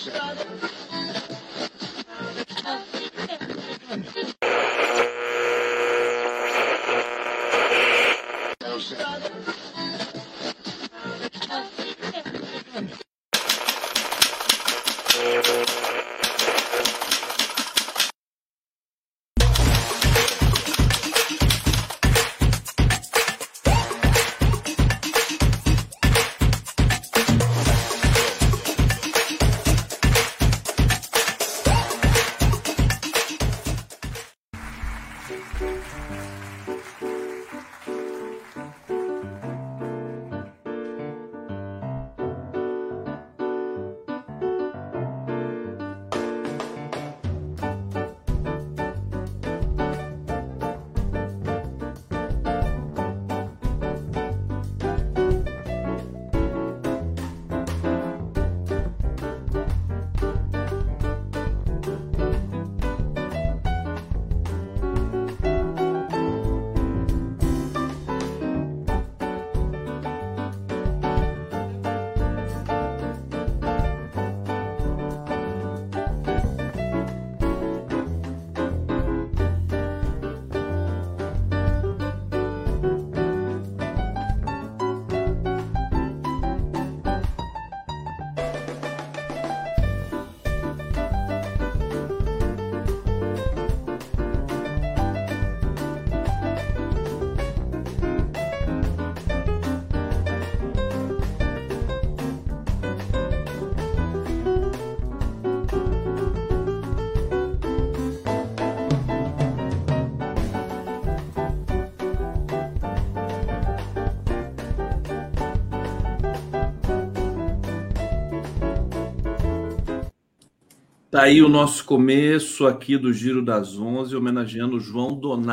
Tá aí o nosso começo aqui do Giro das 11, homenageando o João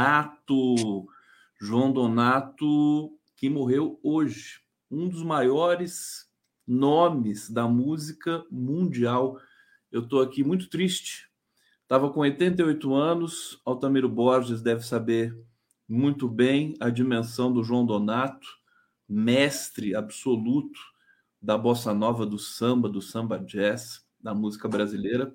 Donato. João Donato, que morreu hoje. Um dos maiores nomes da música mundial. Eu estou aqui muito triste. Estava com 88 anos. Altamiro Borges deve saber muito bem a dimensão do João Donato, mestre absoluto da bossa nova, do samba jazz, da música brasileira.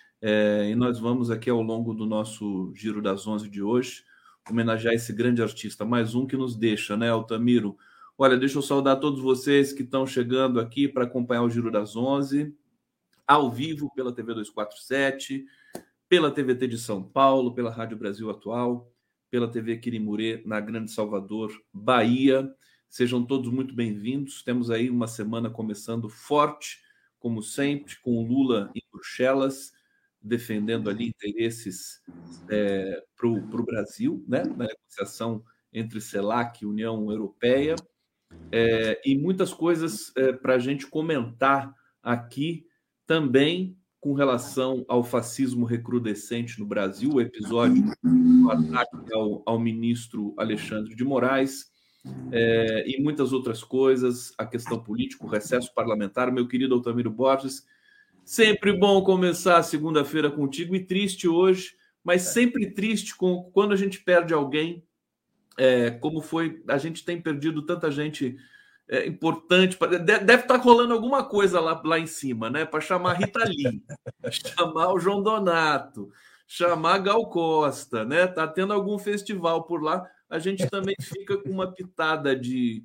E nós vamos aqui ao longo do nosso Giro das 11 de hoje homenagear esse grande artista, mais um que nos deixa, né, Altamiro? Olha, deixa eu saudar todos vocês que estão chegando aqui para acompanhar o Giro das 11, ao vivo pela TV 247, pela TVT de São Paulo, pela Rádio Brasil Atual, pela TV Quirimurê, na Grande Salvador, Bahia. Sejam todos muito bem-vindos. Temos aí uma semana começando forte, como sempre, com o Lula em Bruxelas, defendendo ali interesses para o Brasil, né, na negociação entre CELAC e União Europeia, e muitas coisas para a gente comentar aqui também com relação ao fascismo recrudescente no Brasil, o episódio do ataque ao ministro Alexandre de Moraes, e muitas outras coisas, a questão política, o recesso parlamentar. Meu querido Altamiro Borges, sempre bom começar a segunda-feira contigo, e triste hoje, mas sempre triste quando a gente perde alguém, como foi, a gente tem perdido tanta gente importante. Deve estar rolando alguma coisa lá em cima, né? Para chamar Rita Lee, chamar o João Donato, chamar Gal Costa, né? Tá tendo algum festival por lá. A gente também fica com uma pitada de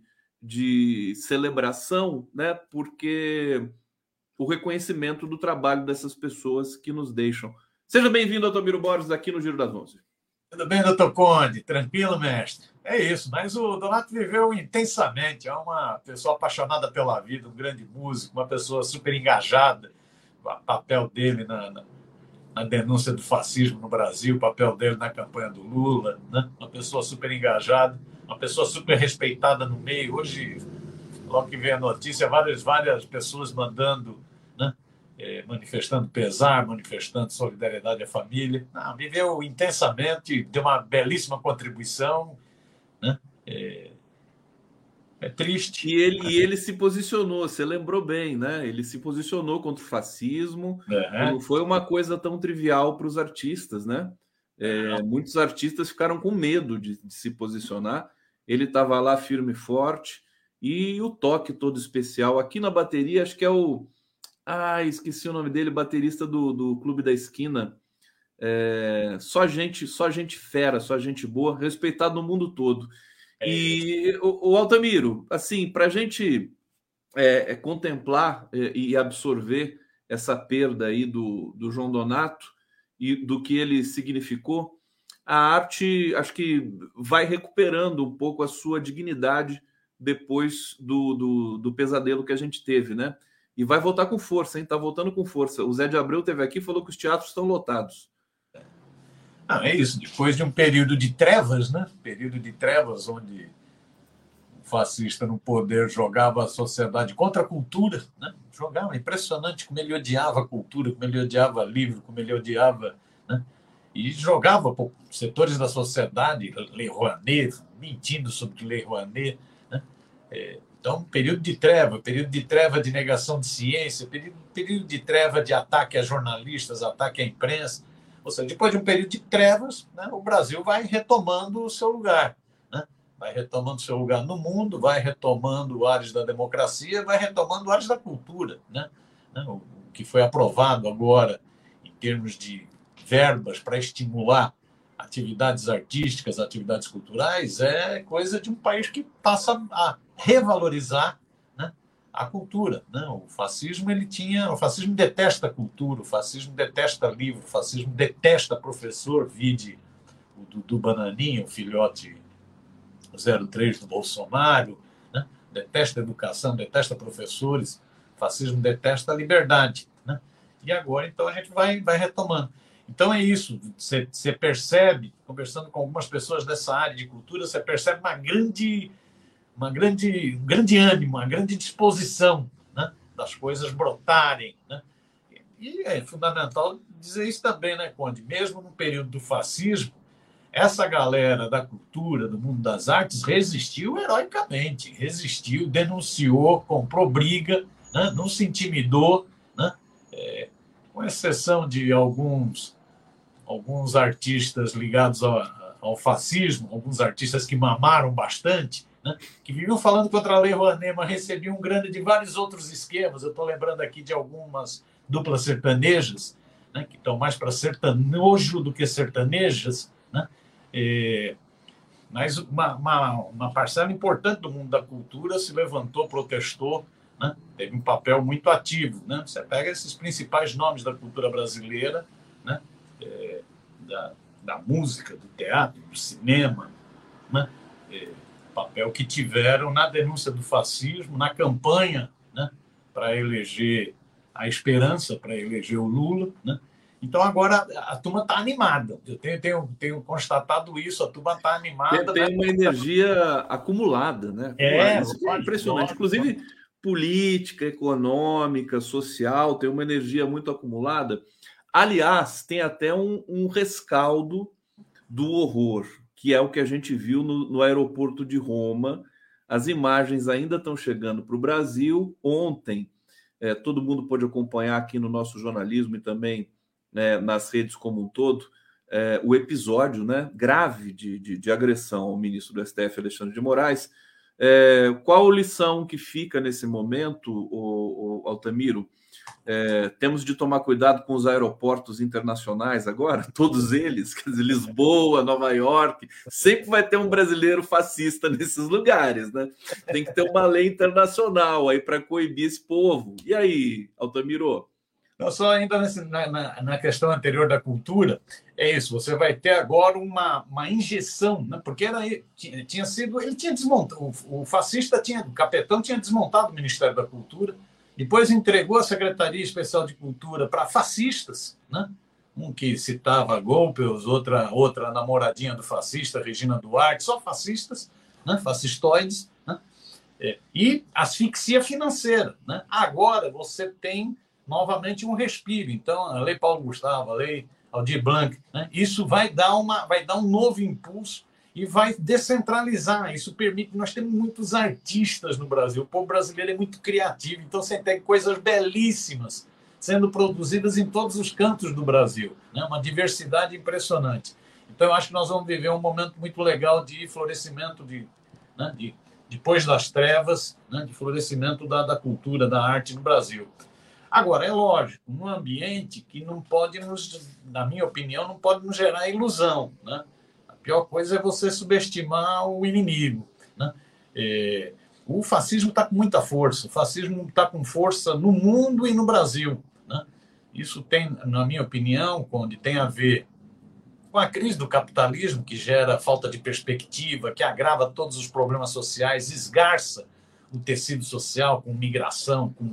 celebração, né? Porque o reconhecimento do trabalho dessas pessoas que nos deixam. Seja bem-vindo, Altamiro Borges, aqui no Giro das 11. Tudo bem, doutor Conde? Tranquilo, mestre? É isso, mas o Donato viveu intensamente, é uma pessoa apaixonada pela vida, um grande músico, uma pessoa super engajada, o papel dele na denúncia do fascismo no Brasil, o papel dele na campanha do Lula, né? Uma pessoa super engajada, uma pessoa super respeitada no meio. Hoje, logo que vem a notícia, várias pessoas mandando, né? Manifestando pesar, manifestando solidariedade à família. Viveu intensamente, deu uma belíssima contribuição, né? É triste. E ele se posicionou, você lembrou bem, né? Ele se posicionou contra o fascismo. Não foi uma coisa tão trivial para os artistas, né? Muitos artistas ficaram com medo de se posicionar. Ele estava lá firme e forte, e o toque todo especial aqui na bateria, acho que é o Esqueci o nome dele, baterista do Clube da Esquina. Só gente fera, só gente boa, respeitado no mundo todo. E o Altamiro, assim, para a gente contemplar e absorver essa perda aí do João Donato e do que ele significou, a arte acho que vai recuperando um pouco a sua dignidade depois do pesadelo que a gente teve, né? E vai voltar com força, hein? Tá voltando com força. O Zé de Abreu teve aqui e falou que os teatros estão lotados. É isso, depois de um período de trevas, né? Período de trevas onde o fascista no poder jogava a sociedade contra a cultura, né? Jogava, impressionante como ele odiava a cultura, como ele odiava livro, como ele odiava, né? E jogava por setores da sociedade, Lei Rouanet, mentindo sobre Lei Rouanet, né? Então, período de treva de negação de ciência, período de treva de ataque a jornalistas, ataque à imprensa. Ou seja, depois de um período de trevas, né, o Brasil vai retomando o seu lugar, né? Vai retomando o seu lugar no mundo, vai retomando áreas da democracia, vai retomando áreas da cultura, né? O que foi aprovado agora em termos de verbas para estimular atividades artísticas, atividades culturais, é coisa de um país que passa a revalorizar, né, a cultura, né? O fascismo detesta a cultura, o fascismo detesta livro, o fascismo detesta professor, vide o Dudu Bananinha, o filhote 03 do Bolsonaro, né? Detesta a educação, detesta professores, o fascismo detesta a liberdade, né? E agora, então, a gente vai retomando. Então é isso, você percebe, conversando com algumas pessoas dessa área de cultura, você percebe um grande ânimo, uma grande disposição, né, das coisas brotarem, né? E é fundamental dizer isso também, né, Conde? Mesmo no período do fascismo, essa galera da cultura, do mundo das artes, resistiu heroicamente, resistiu, denunciou, comprou briga, né, não se intimidou, né? Com exceção de alguns artistas ligados ao fascismo, alguns artistas que mamaram bastante, né, que viviam falando contra a Lei Rouanet, mas recebiam grana de vários outros esquemas. Eu estou lembrando aqui de algumas duplas sertanejas, né, que estão mais para sertanojo do que sertanejas, né? Mas uma parcela importante do mundo da cultura se levantou, protestou, né, teve um papel muito ativo, né? Você pega esses principais nomes da cultura brasileira, né, da música, do teatro, do cinema, né, papel que tiveram na denúncia do fascismo, na campanha, né, para eleger a Esperança, para eleger o Lula, né? Então, agora a turma está animada. Eu tenho constatado isso, a turma está animada. Tem uma energia acumulada, né? Isso é impressionante. Inclusive, política, econômica, social, tem uma energia muito acumulada. Aliás, tem até um rescaldo do horror, que é o que a gente viu no aeroporto de Roma. As imagens ainda estão chegando para o Brasil. Ontem, todo mundo pôde acompanhar aqui no nosso jornalismo e também nas redes como um todo, o episódio, né, grave de agressão ao ministro do STF, Alexandre de Moraes. Qual lição que fica nesse momento, o Altamiro? Temos de tomar cuidado com os aeroportos internacionais agora, todos eles, quer dizer, Lisboa, Nova York, sempre vai ter um brasileiro fascista nesses lugares, né? Tem que ter uma lei internacional aí para coibir esse povo. E aí, Altamiro? Não, só ainda na questão anterior da cultura, é isso, você vai ter agora uma injeção, né? Porque ele tinha desmontado, o fascista o capetão tinha desmontado o Ministério da Cultura, depois entregou a Secretaria Especial de Cultura para fascistas, né? Um que citava Goebbels, outra namoradinha do fascista, Regina Duarte, só fascistas, né? Fascistoides, né? E asfixia financeira, né? Agora você tem novamente um respiro. Então, a Lei Paulo Gustavo, a Lei Aldir Blanc, né? Isso vai dar um novo impulso e vai descentralizar. Isso permite... Nós temos muitos artistas no Brasil. O povo brasileiro é muito criativo. Então, você tem coisas belíssimas sendo produzidas em todos os cantos do Brasil, né? Uma diversidade impressionante. Então, eu acho que nós vamos viver um momento muito legal de florescimento, depois das trevas, né? De florescimento da cultura, da arte no Brasil. Agora, é lógico, num ambiente que não pode na minha opinião, não pode nos gerar ilusão, né? A pior coisa é você subestimar o inimigo, né? O fascismo está com muita força, o fascismo está com força no mundo e no Brasil, né? Isso tem, na minha opinião, Conde, tem a ver com a crise do capitalismo, que gera falta de perspectiva, que agrava todos os problemas sociais, esgarça o tecido social com migração, com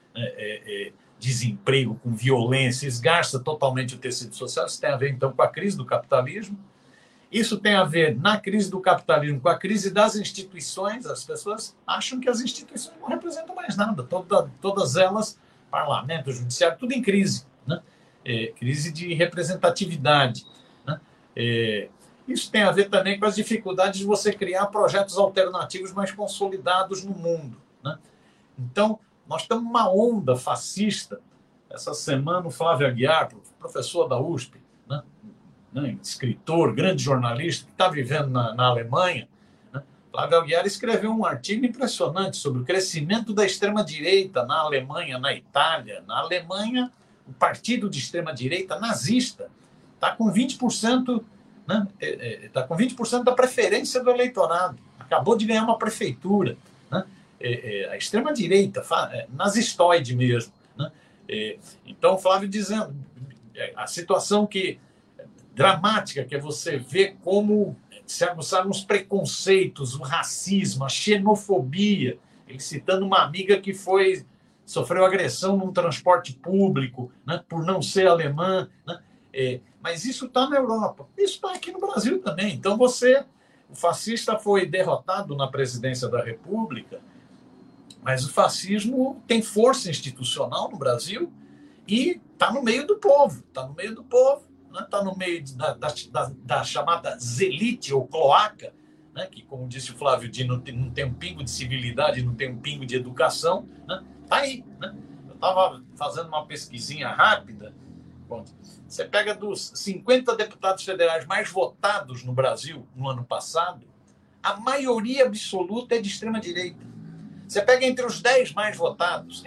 desemprego, com violência, esgarça totalmente o tecido social. Isso tem a ver, então, com a crise do capitalismo. Isso tem a ver, na crise do capitalismo, com a crise das instituições. As pessoas acham que as instituições não representam mais nada. Todas elas, parlamento, judiciário, tudo em crise, né? Crise de representatividade, né? Isso tem a ver também com as dificuldades de você criar projetos alternativos mais consolidados no mundo, né? Então, nós estamos numa onda fascista. Essa semana, o Flávio Aguiar, professor da USP, né? Escritor, grande jornalista, que está vivendo na Alemanha, né? Flávio Aguiar escreveu um artigo impressionante sobre o crescimento da extrema-direita na Alemanha, na Itália. Na Alemanha, o partido de extrema-direita nazista está com 20%, né? Está com 20% da preferência do eleitorado. Acabou de ganhar uma prefeitura, né? A extrema-direita, nazistoide mesmo, né? Então, o Flávio dizendo a situação dramática que é você ver como se aguçaram os preconceitos, o racismo, a xenofobia. Ele citando uma amiga que sofreu agressão num transporte público, né, por não ser alemã, né? Mas isso está na Europa, isso está aqui no Brasil também. Então, o fascista foi derrotado na presidência da República, mas o fascismo tem força institucional no Brasil e está no meio do povo, está no meio do povo, né? Está no meio da chamada zelite ou cloaca, né? Que, como disse o Flávio Dino, não tem um pingo de civilidade, não tem um pingo de educação, né? Está aí, né? Eu estava fazendo uma pesquisinha rápida. Você pega dos 50 deputados federais mais votados no Brasil no ano passado, a maioria absoluta é de extrema-direita. Você pega entre os 10 mais votados,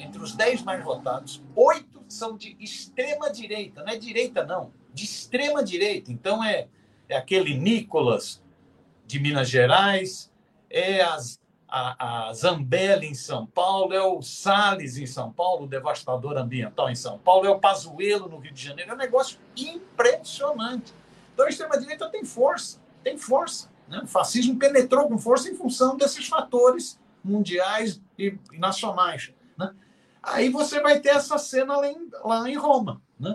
8 são de extrema-direita. Não é direita, não. De extrema-direita. Então, é aquele Nicolas de Minas Gerais, é a Zambelli em São Paulo, é o Salles em São Paulo, o devastador ambiental em São Paulo, é o Pazuello no Rio de Janeiro. É um negócio impressionante. Então, a extrema-direita tem força, né? O fascismo penetrou com força em função desses fatores mundiais e nacionais, né? Aí você vai ter essa cena lá em Roma, né?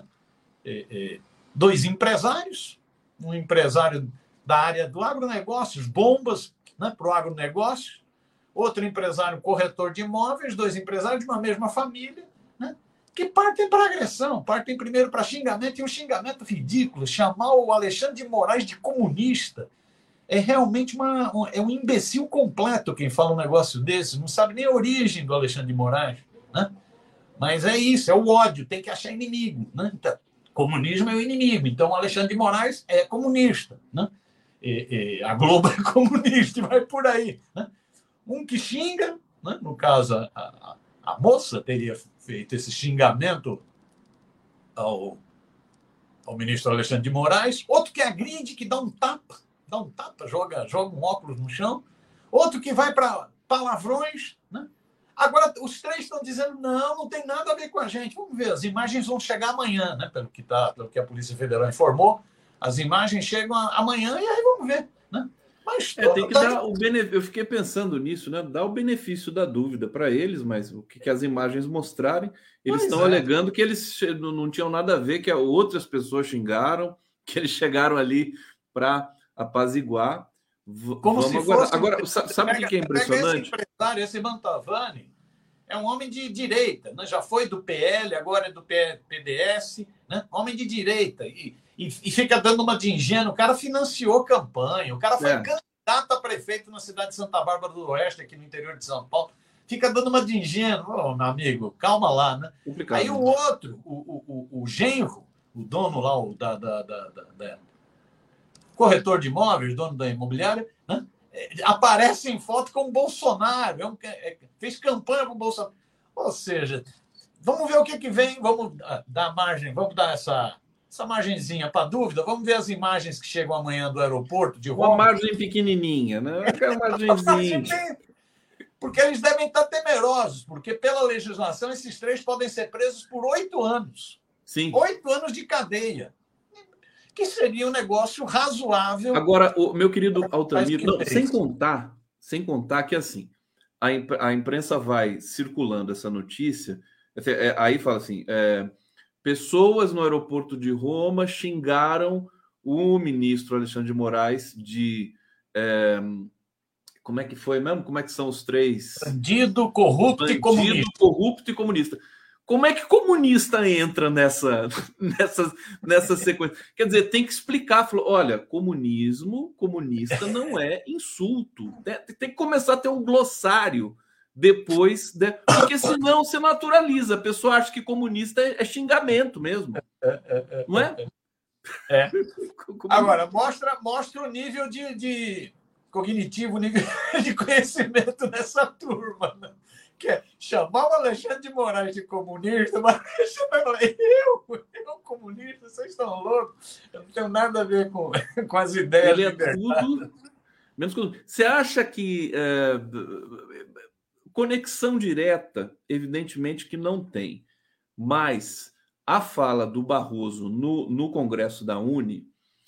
2 empresários, um empresário da área do agronegócios, bombas, né, para o agronegócio, outro empresário corretor de imóveis, 2 empresários de uma mesma família, né, que partem para agressão, partem primeiro para xingamento, e um xingamento ridículo, chamar o Alexandre de Moraes de comunista. É realmente um imbecil completo quem fala um negócio desse, não sabe nem a origem do Alexandre de Moraes, né? Mas é isso, é o ódio, tem que achar inimigo, né? Então, comunismo é o inimigo, então o Alexandre de Moraes é comunista, né? A Globo é comunista e vai por aí, né? Um que xinga, né? No caso, a moça teria feito esse xingamento ao ministro Alexandre de Moraes, outro que agride, que dá um tapa, joga um óculos no chão, outro que vai para palavrões, né? Agora, os 3 estão dizendo, não tem nada a ver com a gente. Vamos ver, as imagens vão chegar amanhã, né? Pelo que a Polícia Federal informou, as imagens chegam amanhã e aí vamos ver, né? Mas tem que dar o benefício. Eu fiquei pensando nisso, né? Dar o benefício da dúvida para eles, mas o que as imagens mostrarem, eles estão alegando que eles não tinham nada a ver, que outras pessoas xingaram, que eles chegaram ali para apaziguar. Como se fosse... Agora, sabe o que é impressionante? Esse empresário, esse Mantovani, é um homem de direita, né? Já foi do PL, agora é do PDS, né? Homem de direita. E fica dando uma de ingênuo. O cara financiou campanha, o cara foi candidato a prefeito na cidade de Santa Bárbara do Oeste, aqui no interior de São Paulo. Fica dando uma de ingênuo. Ô, meu amigo, calma lá, né? Complicado. Aí o outro, o genro, o dono lá, corretor de imóveis, dono da imobiliária, né? Aparece em foto com o Bolsonaro, fez campanha com o Bolsonaro. Ou seja, vamos ver o que vem, vamos dar margem, vamos dar essa margenzinha para dúvida, vamos ver as imagens que chegam amanhã do aeroporto de Uma Roma. margem pequenininha, né? Aquela margenzinha. Porque eles devem estar temerosos, porque pela legislação esses 3 podem ser presos por 8 anos. Sim. 8 anos de cadeia. Que seria um negócio razoável. Agora, o meu querido Altamiro, não, sem contar que assim, a imprensa vai circulando essa notícia, aí fala assim, pessoas no aeroporto de Roma xingaram o ministro Alexandre de Moraes de... como é que foi mesmo? Como é que são os 3? Bandido, corrupto e comunista. Bandido, corrupto e comunista. Como é que comunista entra nessa sequência? Quer dizer, tem que explicar. Falou, olha, comunista não é insulto. Tem que começar a ter um glossário depois, porque senão você naturaliza. A pessoa acha que comunista é xingamento mesmo. Não é? Agora, mostra o nível de cognitivo, o nível de conhecimento dessa turma, né? Que é chamar o Alexandre de Moraes de comunista, mas eu comunista, vocês estão loucos? Eu não tenho nada a ver com as ideias. Ele é tudo menos. Você acha que conexão direta, evidentemente que não tem, mas a fala do Barroso no Congresso da Uni,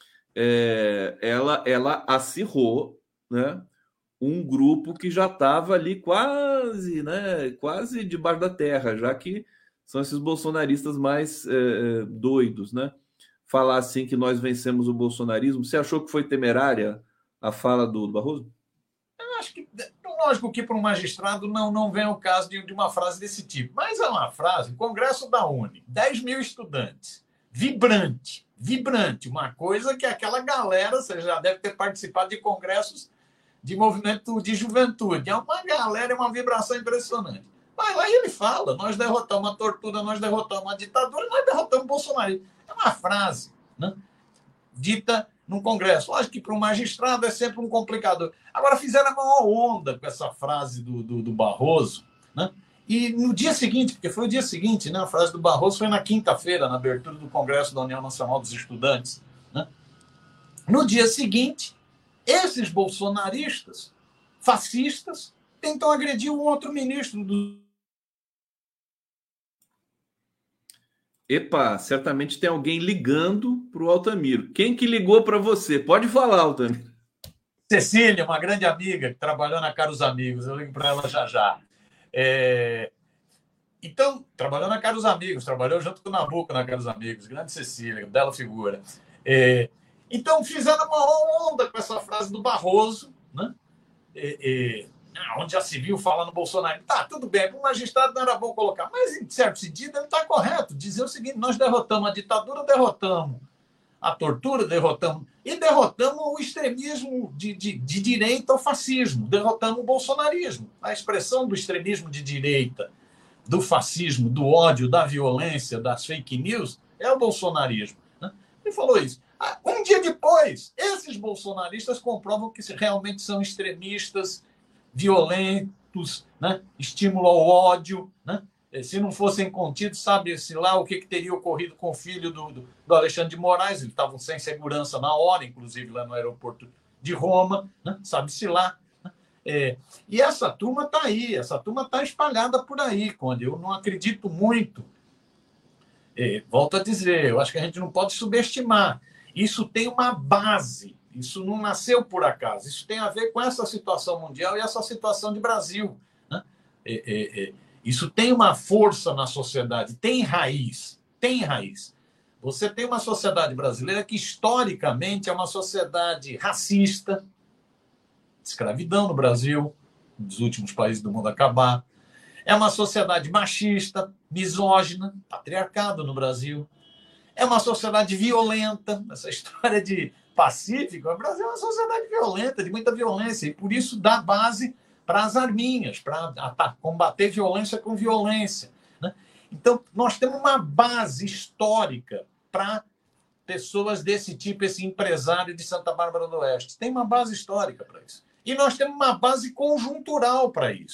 ela acirrou, né, um grupo que já estava ali quase debaixo da terra, já que são esses bolsonaristas mais doidos, né? Falar assim que nós vencemos o bolsonarismo. Você achou que foi temerária a fala do Barroso? Eu acho que, lógico que para um magistrado não vem o caso de uma frase desse tipo, mas é uma frase, Congresso da Uni, 10 mil estudantes, vibrante, uma coisa que aquela galera, você já deve ter participado de congressos de movimento de juventude. É uma galera, é uma vibração impressionante. Vai lá e ele fala, nós derrotamos a tortura, nós derrotamos a ditadura, nós derrotamos o Bolsonaro. É uma frase, né, dita num congresso. Lógico que para um magistrado é sempre um complicador. Agora, fizeram a maior onda com essa frase do Barroso, né? E no dia seguinte, porque foi o dia seguinte, né, a frase do Barroso foi na quinta-feira, na abertura do Congresso da União Nacional dos Estudantes, né? No dia seguinte, esses bolsonaristas, fascistas, tentam agredir um outro ministro do... Epa, certamente tem alguém ligando para o Altamiro. Quem que ligou para você? Pode falar, Altamiro. Cecília, uma grande amiga que trabalhou na Caros Amigos. Eu ligo para ela já. Então, trabalhou na Caros Amigos, trabalhou junto com o Nabuco na Caros Amigos. Grande Cecília, bela figura. Então, fizeram uma onda com essa frase do Barroso, né? Onde já se viu falando Bolsonaro. Tá, tudo bem, para o magistrado não era bom colocar, mas, em certo sentido, ele está correto. Dizer o seguinte, nós derrotamos a ditadura, derrotamos a tortura, derrotamos o extremismo de direita ao fascismo, derrotamos o bolsonarismo. A expressão do extremismo de direita, do fascismo, do ódio, da violência, das fake news, é o bolsonarismo, né? Ele falou isso. Um dia depois, esses bolsonaristas comprovam que realmente são extremistas, violentos, né? Estímulo ao ódio, né? Se não fossem contidos, sabe-se lá o que teria ocorrido com o filho do Alexandre de Moraes. Eles estavam sem segurança na hora, inclusive lá no aeroporto de Roma, né? Sabe-se lá. E essa turma está aí, essa turma está espalhada por aí, Conde. Eu não acredito muito. Volto a dizer, eu acho que a gente não pode subestimar. Isso tem uma base, isso não nasceu por acaso, isso tem a ver com essa situação mundial e essa situação de Brasil, né? Isso tem uma força na sociedade, tem raiz. Você tem uma sociedade brasileira que, historicamente, é uma sociedade racista, escravidão no Brasil, um dos últimos países do mundo a acabar. É uma sociedade machista, misógina, patriarcado no Brasil. É uma sociedade violenta. Essa história de pacífico, o Brasil é uma sociedade violenta, de muita violência, e por isso dá base para as arminhas, para combater violência com violência, né? Então, nós temos uma base histórica para pessoas desse tipo, esse empresário de Santa Bárbara do Oeste. Tem uma base histórica para isso. E nós temos uma base conjuntural para isso,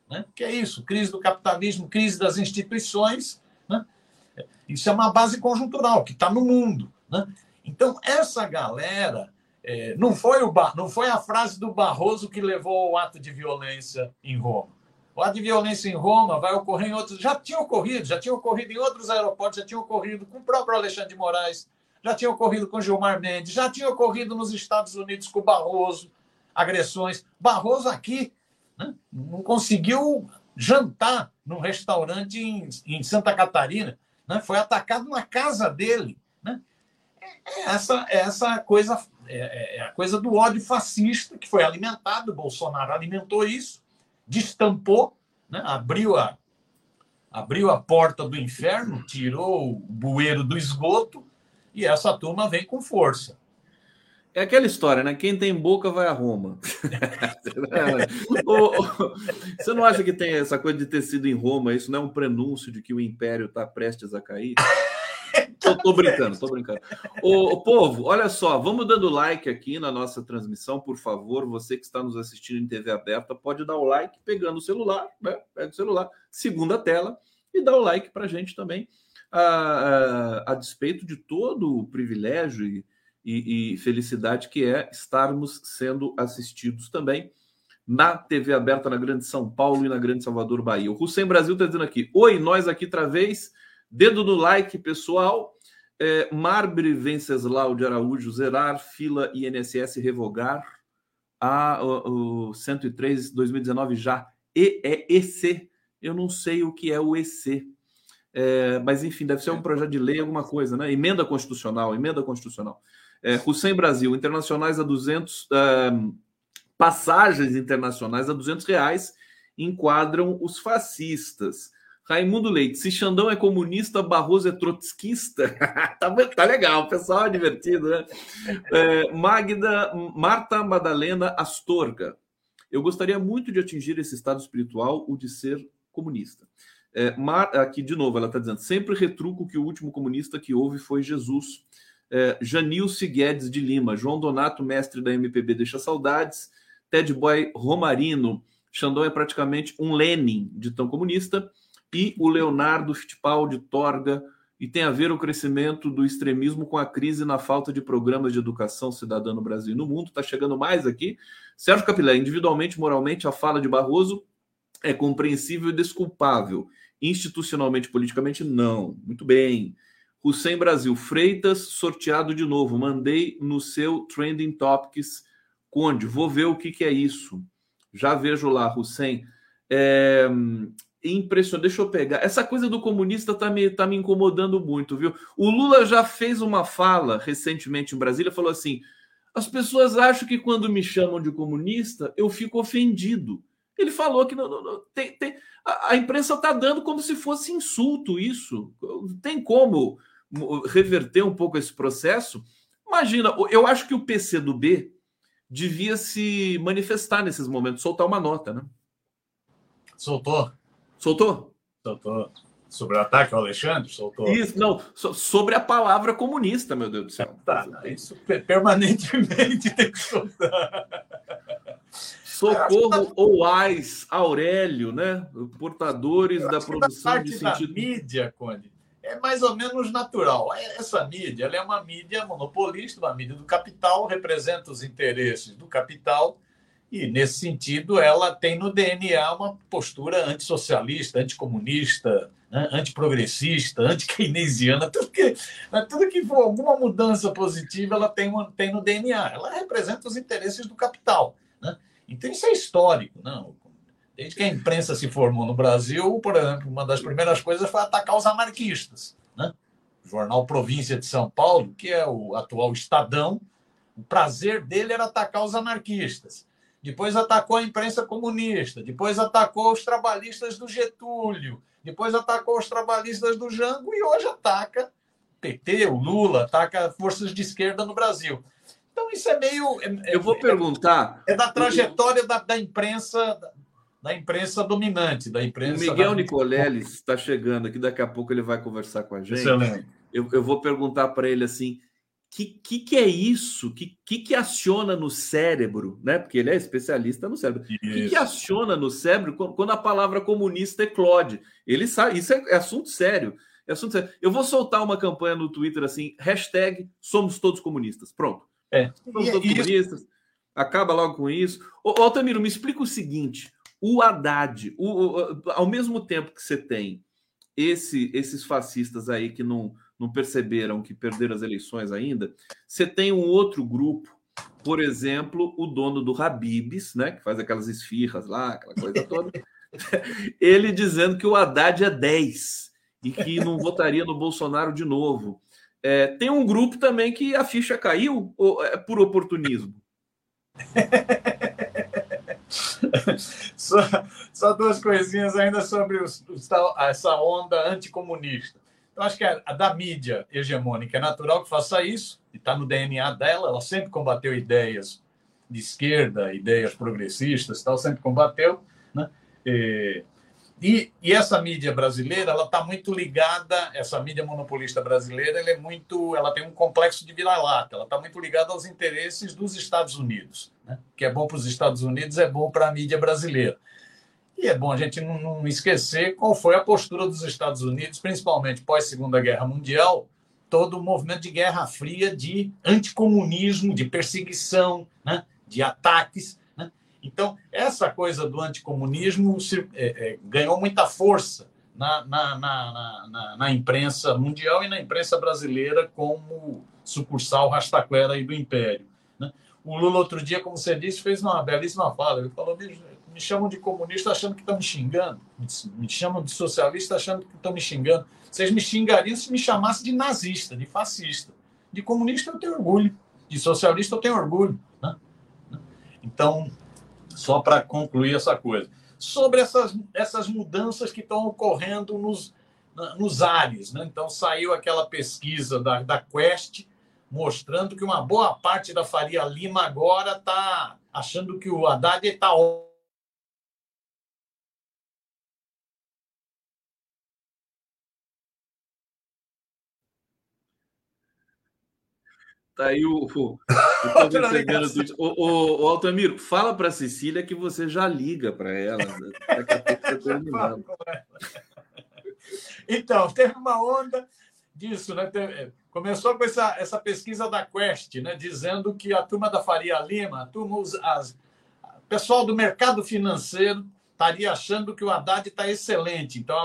né? Que é isso, crise do capitalismo, crise das instituições, né? Isso é uma base conjuntural que está no mundo, né? Então, essa galera, não foi a frase do Barroso que levou ao ato de violência em Roma. O ato de violência em Roma vai ocorrer em outros... Já tinha ocorrido em outros aeroportos, já tinha ocorrido com o próprio Alexandre de Moraes, já tinha ocorrido com Gilmar Mendes, já tinha ocorrido nos Estados Unidos com o Barroso, agressões. Barroso aqui, né, não conseguiu jantar num restaurante em Santa Catarina, né, foi atacado na casa dele. Né? Essa coisa, a coisa do ódio fascista que foi alimentado, o Bolsonaro alimentou isso, destampou, né, abriu a porta do inferno, tirou o bueiro do esgoto, e essa turma vem com força. É aquela história, né? Quem tem boca vai a Roma. Você não acha que tem essa coisa de ter sido em Roma? Isso não é um prenúncio de que o império está prestes a cair? Tô brincando. Ô, povo, olha só, vamos dando like aqui na nossa transmissão, por favor. Você que está nos assistindo em TV aberta, pode dar o like pegando o celular, né? Pega o celular, segunda tela, e dá o like para a gente também, a despeito de todo o privilégio e felicidade que é estarmos sendo assistidos também na TV aberta na Grande São Paulo e na Grande Salvador, Bahia. O Hussein Brasil está dizendo aqui: oi, nós aqui outra vez, dedo no like, pessoal. Marbre Venceslau de Araújo, zerar fila INSS revogar o 103 2019 já. EC. Eu não sei o que é o EC. Mas, enfim, deve ser um projeto de lei, alguma coisa, né? Emenda constitucional. Hussein Brasil, internacionais a 200... passagens internacionais a R$200 enquadram os fascistas. Raimundo Leite, se Xandão é comunista, Barroso é trotskista. Tá legal, o pessoal é divertido, né? Marta Madalena Astorga. Eu gostaria muito de atingir esse estado espiritual, o de ser comunista. Aqui, de novo, ela está dizendo: sempre retruco que o último comunista que houve foi Jesus. Janilce Guedes de Lima. João Donato, mestre da MPB, deixa saudades. Ted Boy Romarino. Xandão é praticamente um Lenin de tão comunista. E o Leonardo Fittipaldi Torga. E tem a ver o crescimento do extremismo com a crise na falta de programas de educação cidadã no Brasil e no mundo. Está chegando mais aqui. Sérgio Capilé, individualmente, moralmente, a fala de Barroso é compreensível e desculpável. Institucionalmente, politicamente, não. Muito bem. Hussein Brasil, Freitas, sorteado de novo. Mandei no seu Trending Topics. Conde, vou ver o que é isso. Já vejo lá, Hussein. Impressionante. Deixa eu pegar. Essa coisa do comunista tá me incomodando muito, viu? O Lula já fez uma fala recentemente em Brasília, falou assim: as pessoas acham que quando me chamam de comunista, eu fico ofendido. Ele falou que a imprensa está dando como se fosse insulto isso. Tem como reverter um pouco esse processo? Imagina, eu acho que o PCdoB devia se manifestar nesses momentos, soltar uma nota, né? Soltou? Sobre o ataque ao Alexandre? Soltou. Isso, não, sobre a palavra comunista, meu Deus do céu. Isso permanentemente tem que soltar. Socorro Oais, Aurélio, né? Portadores da produção de sentido. Da mídia, Conde, é mais ou menos natural. Essa mídia, ela é uma mídia monopolista, uma mídia do capital, representa os interesses do capital e, nesse sentido, ela tem no DNA uma postura antissocialista, anticomunista, né? Antiprogressista, anti-keynesiana, tudo que for alguma mudança positiva, ela tem no DNA. Ela representa os interesses do capital, né? Então, isso é histórico, não? Desde que a imprensa se formou no Brasil, por exemplo, uma das primeiras coisas foi atacar os anarquistas, né? O jornal Província de São Paulo, que é o atual Estadão, o prazer dele era atacar os anarquistas. Depois atacou a imprensa comunista, depois atacou os trabalhistas do Getúlio, depois atacou os trabalhistas do Jango e hoje ataca o PT, o Lula, ataca forças de esquerda no Brasil. Então, isso é meio... Eu vou perguntar... É da trajetória da imprensa... Da imprensa dominante, da imprensa... O Miguel Nicoleles está chegando aqui, daqui a pouco ele vai conversar com a gente. Excelente. Eu vou perguntar para ele assim, que é isso? Que aciona no cérebro, né? Porque ele é especialista no cérebro. O que aciona no cérebro quando a palavra comunista eclode? Ele sabe, isso é assunto sério. É assunto sério. Eu vou soltar uma campanha no Twitter assim, hashtag somos todos comunistas. Pronto. Somos todos comunistas. Acaba logo com isso. Ô, Altamiro, me explica o seguinte: o Haddad, ao mesmo tempo que você tem esses fascistas aí que não perceberam que perderam as eleições ainda, você tem um outro grupo, por exemplo, o dono do Habib's, né, que faz aquelas esfirras lá, aquela coisa toda, ele dizendo que o Haddad é 10 e que não votaria no Bolsonaro de novo. Tem um grupo também que a ficha caiu, ou é por oportunismo? Só duas coisinhas ainda sobre essa onda anticomunista. Eu acho que a da mídia hegemônica é natural que faça isso, e está no DNA dela. Ela sempre combateu ideias de esquerda, ideias progressistas, tal, sempre combateu, né? E essa mídia brasileira, ela está muito ligada, essa mídia monopolista brasileira, ela tem um complexo de vira-lata, ela está muito ligada aos interesses dos Estados Unidos, né? O que é bom para os Estados Unidos é bom para a mídia brasileira. E é bom a gente não esquecer qual foi a postura dos Estados Unidos, principalmente pós-Segunda Guerra Mundial, todo o movimento de Guerra Fria, de anticomunismo, de perseguição, né? De ataques. Então, essa coisa do anticomunismo ganhou muita força na imprensa mundial e na imprensa brasileira como sucursal rastaquera do Império, né? O Lula, outro dia, como você disse, fez uma belíssima fala. Ele falou: me chamam de comunista achando que estão me xingando, me chamam de socialista achando que estão me xingando. Vocês me xingariam se me chamassem de nazista, de fascista. De comunista eu tenho orgulho, de socialista eu tenho orgulho, né? Então, só para concluir essa coisa. Sobre essas mudanças que estão ocorrendo nos ares, né? Então, saiu aquela pesquisa da Quest mostrando que uma boa parte da Faria Lima agora está achando que o Haddad está... Tá aí eu tô recebendo tudo. Ô, Altamiro, fala para a Cecília que você já liga para ela. Daqui a pouco está terminando. Então, teve uma onda disso, né? Começou com essa pesquisa da Quest, né? Dizendo que a turma da Faria Lima, o pessoal do mercado financeiro estaria achando que o Haddad está excelente. Então, a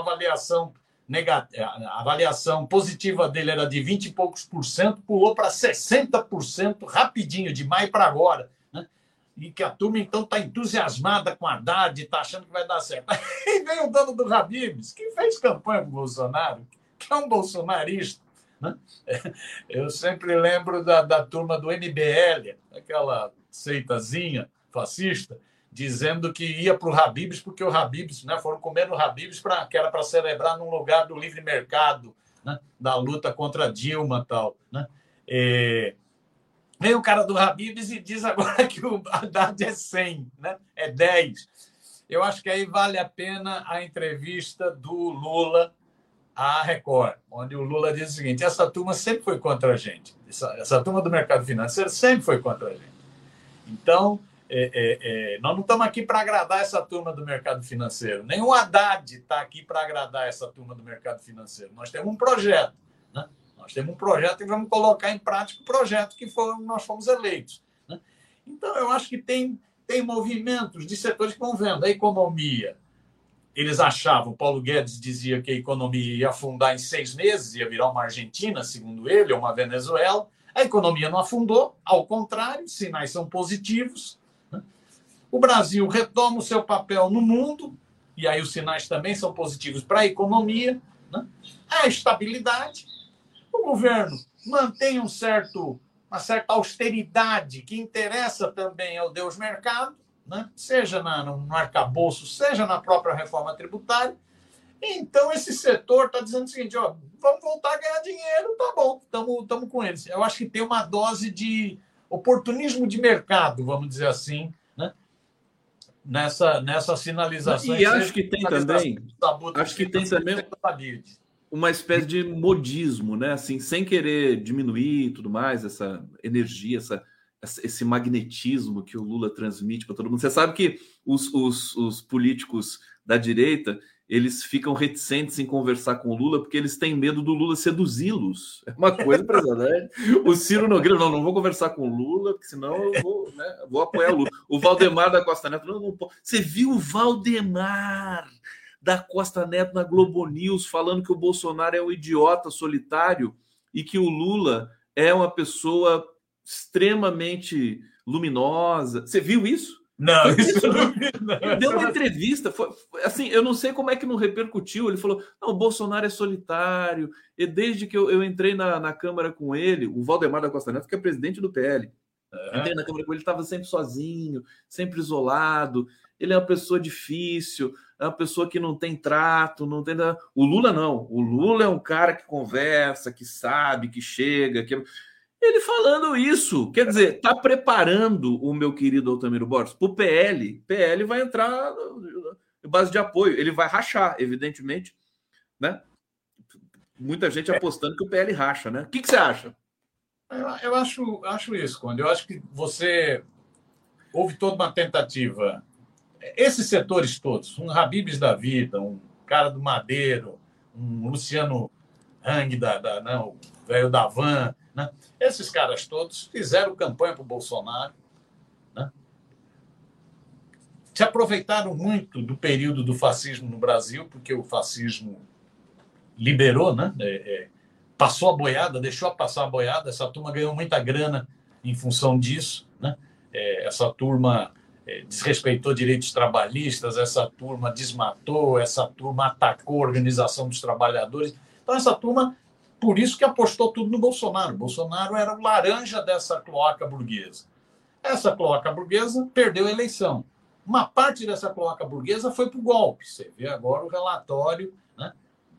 avaliação positiva dele era de 20 e poucos por cento, pulou para 60% rapidinho, de maio para agora, né? E que a turma, então, está entusiasmada com a Haddad, está achando que vai dar certo. Aí vem o dono do Habib's, que fez campanha para o Bolsonaro, que é um bolsonarista, né? Eu sempre lembro da turma do MBL, aquela seitazinha fascista, dizendo que ia para o Habib's, porque o Habib's, né, foram comer no Habib's que era para celebrar num lugar do livre mercado, né, da luta contra Dilma e tal, né? Vem o cara do Habib's e diz agora que o Haddad é 100, né? É 10. Eu acho que aí vale a pena a entrevista do Lula à Record, onde o Lula diz o seguinte: essa turma sempre foi contra a gente, essa turma do mercado financeiro sempre foi contra a gente. Então, nós não estamos aqui para agradar essa turma do mercado financeiro. Nem o Haddad está aqui para agradar essa turma do mercado financeiro. Nós temos um projeto, né? Nós temos um projeto e vamos colocar em prática o projeto que nós fomos eleitos, né? Então, eu acho que tem movimentos de setores que vão vendo. A economia, eles achavam, Paulo Guedes dizia que a economia ia afundar em 6 meses, ia virar uma Argentina, segundo ele, ou uma Venezuela. A economia não afundou, ao contrário, sinais são positivos. O Brasil retoma o seu papel no mundo, e aí os sinais também são positivos para a economia, né? A estabilidade. O governo mantém uma certa austeridade que interessa também ao Deus mercado, né? Seja no arcabouço, seja na própria reforma tributária. Então, esse setor está dizendo o seguinte: ó, vamos voltar a ganhar dinheiro, tá bom, estamos com eles. Eu acho que tem uma dose de oportunismo de mercado, vamos dizer assim, né? Nessa sinalização. E acho que tem também. Acho que tem também. uma espécie de modismo, né? Assim, sem querer diminuir e tudo mais, essa energia, esse magnetismo que o Lula transmite para todo mundo. Você sabe que os políticos da direita, eles ficam reticentes em conversar com o Lula porque eles têm medo do Lula seduzi-los. É uma coisa impressionante. O Ciro Nogueira, não vou conversar com o Lula, porque senão eu vou, né, vou apoiar o Lula. O Valdemar da Costa Neto, não. Você viu o Valdemar da Costa Neto na Globo News falando que o Bolsonaro é um idiota solitário e que o Lula é uma pessoa extremamente luminosa. Você viu isso? Não, isso eu não vi. Ele deu uma entrevista, assim, eu não sei como é que não repercutiu. Ele falou: não, o Bolsonaro é solitário. E desde que eu entrei na Câmara com ele, o Valdemar da Costa Neto, que é presidente do PL, entrei na Câmara com ele, estava sempre sozinho, sempre isolado. Ele é uma pessoa difícil, é uma pessoa que não tem trato, não tem. O Lula não. O Lula é um cara que conversa, que sabe, que chega, que. Ele falando isso, quer dizer, está preparando o meu querido Altamiro Borges para o PL. PL vai entrar em base de apoio, ele vai rachar, evidentemente, né? Muita gente apostando que o PL racha, né? O que você acha? Eu acho isso, Conde. Eu acho que houve toda uma tentativa. Esses setores todos, um Habibs da vida, um cara do Madeiro, um Luciano Hang, o velho da Van, né? Esses caras todos fizeram campanha para o Bolsonaro, né? Se aproveitaram muito do período do fascismo no Brasil, porque o fascismo liberou, né? Passou a boiada, deixou passar a boiada. Essa turma ganhou muita grana em função disso, né? Essa turma desrespeitou direitos trabalhistas, essa turma desmatou, essa turma atacou a organização dos trabalhadores. Então, essa turma, por isso que apostou tudo no Bolsonaro. Bolsonaro era o laranja dessa cloaca burguesa. Essa cloaca burguesa perdeu a eleição. Uma parte dessa cloaca burguesa foi para o golpe. Você vê agora o relatório, né,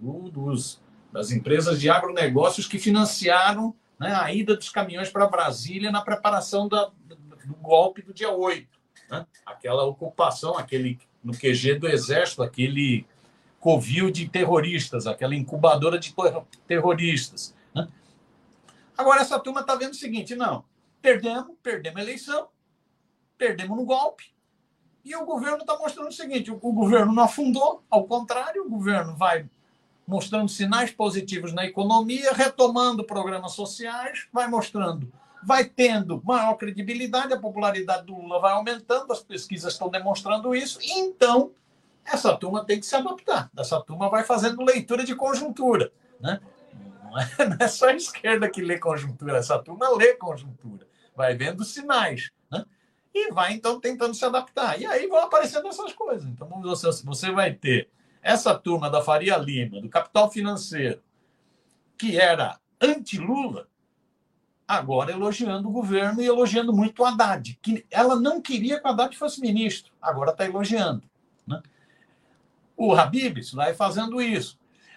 das empresas de agronegócios que financiaram, né, a ida dos caminhões para Brasília na preparação do golpe do dia 8. Né? Aquela ocupação, no QG do Exército, aquele covil de terroristas, aquela incubadora de terroristas. Né? Agora, essa turma está vendo o seguinte: não, perdemos a eleição, perdemos no golpe, e o governo está mostrando o seguinte: o governo não afundou, ao contrário, o governo vai mostrando sinais positivos na economia, retomando programas sociais, vai tendo maior credibilidade, a popularidade do Lula vai aumentando, as pesquisas estão demonstrando isso, e então essa turma tem que se adaptar. Essa turma vai fazendo leitura de conjuntura. Né? Não é só a esquerda que lê conjuntura, essa turma lê conjuntura, vai vendo sinais. Né? E vai, então, tentando se adaptar. E aí vão aparecendo essas coisas. Então, você vai ter essa turma da Faria Lima, do capital financeiro, que era anti-Lula, agora elogiando o governo e elogiando muito o Haddad, que ela não queria que o Haddad fosse ministro, agora está elogiando. Né? O Habibs vai fazendo isso.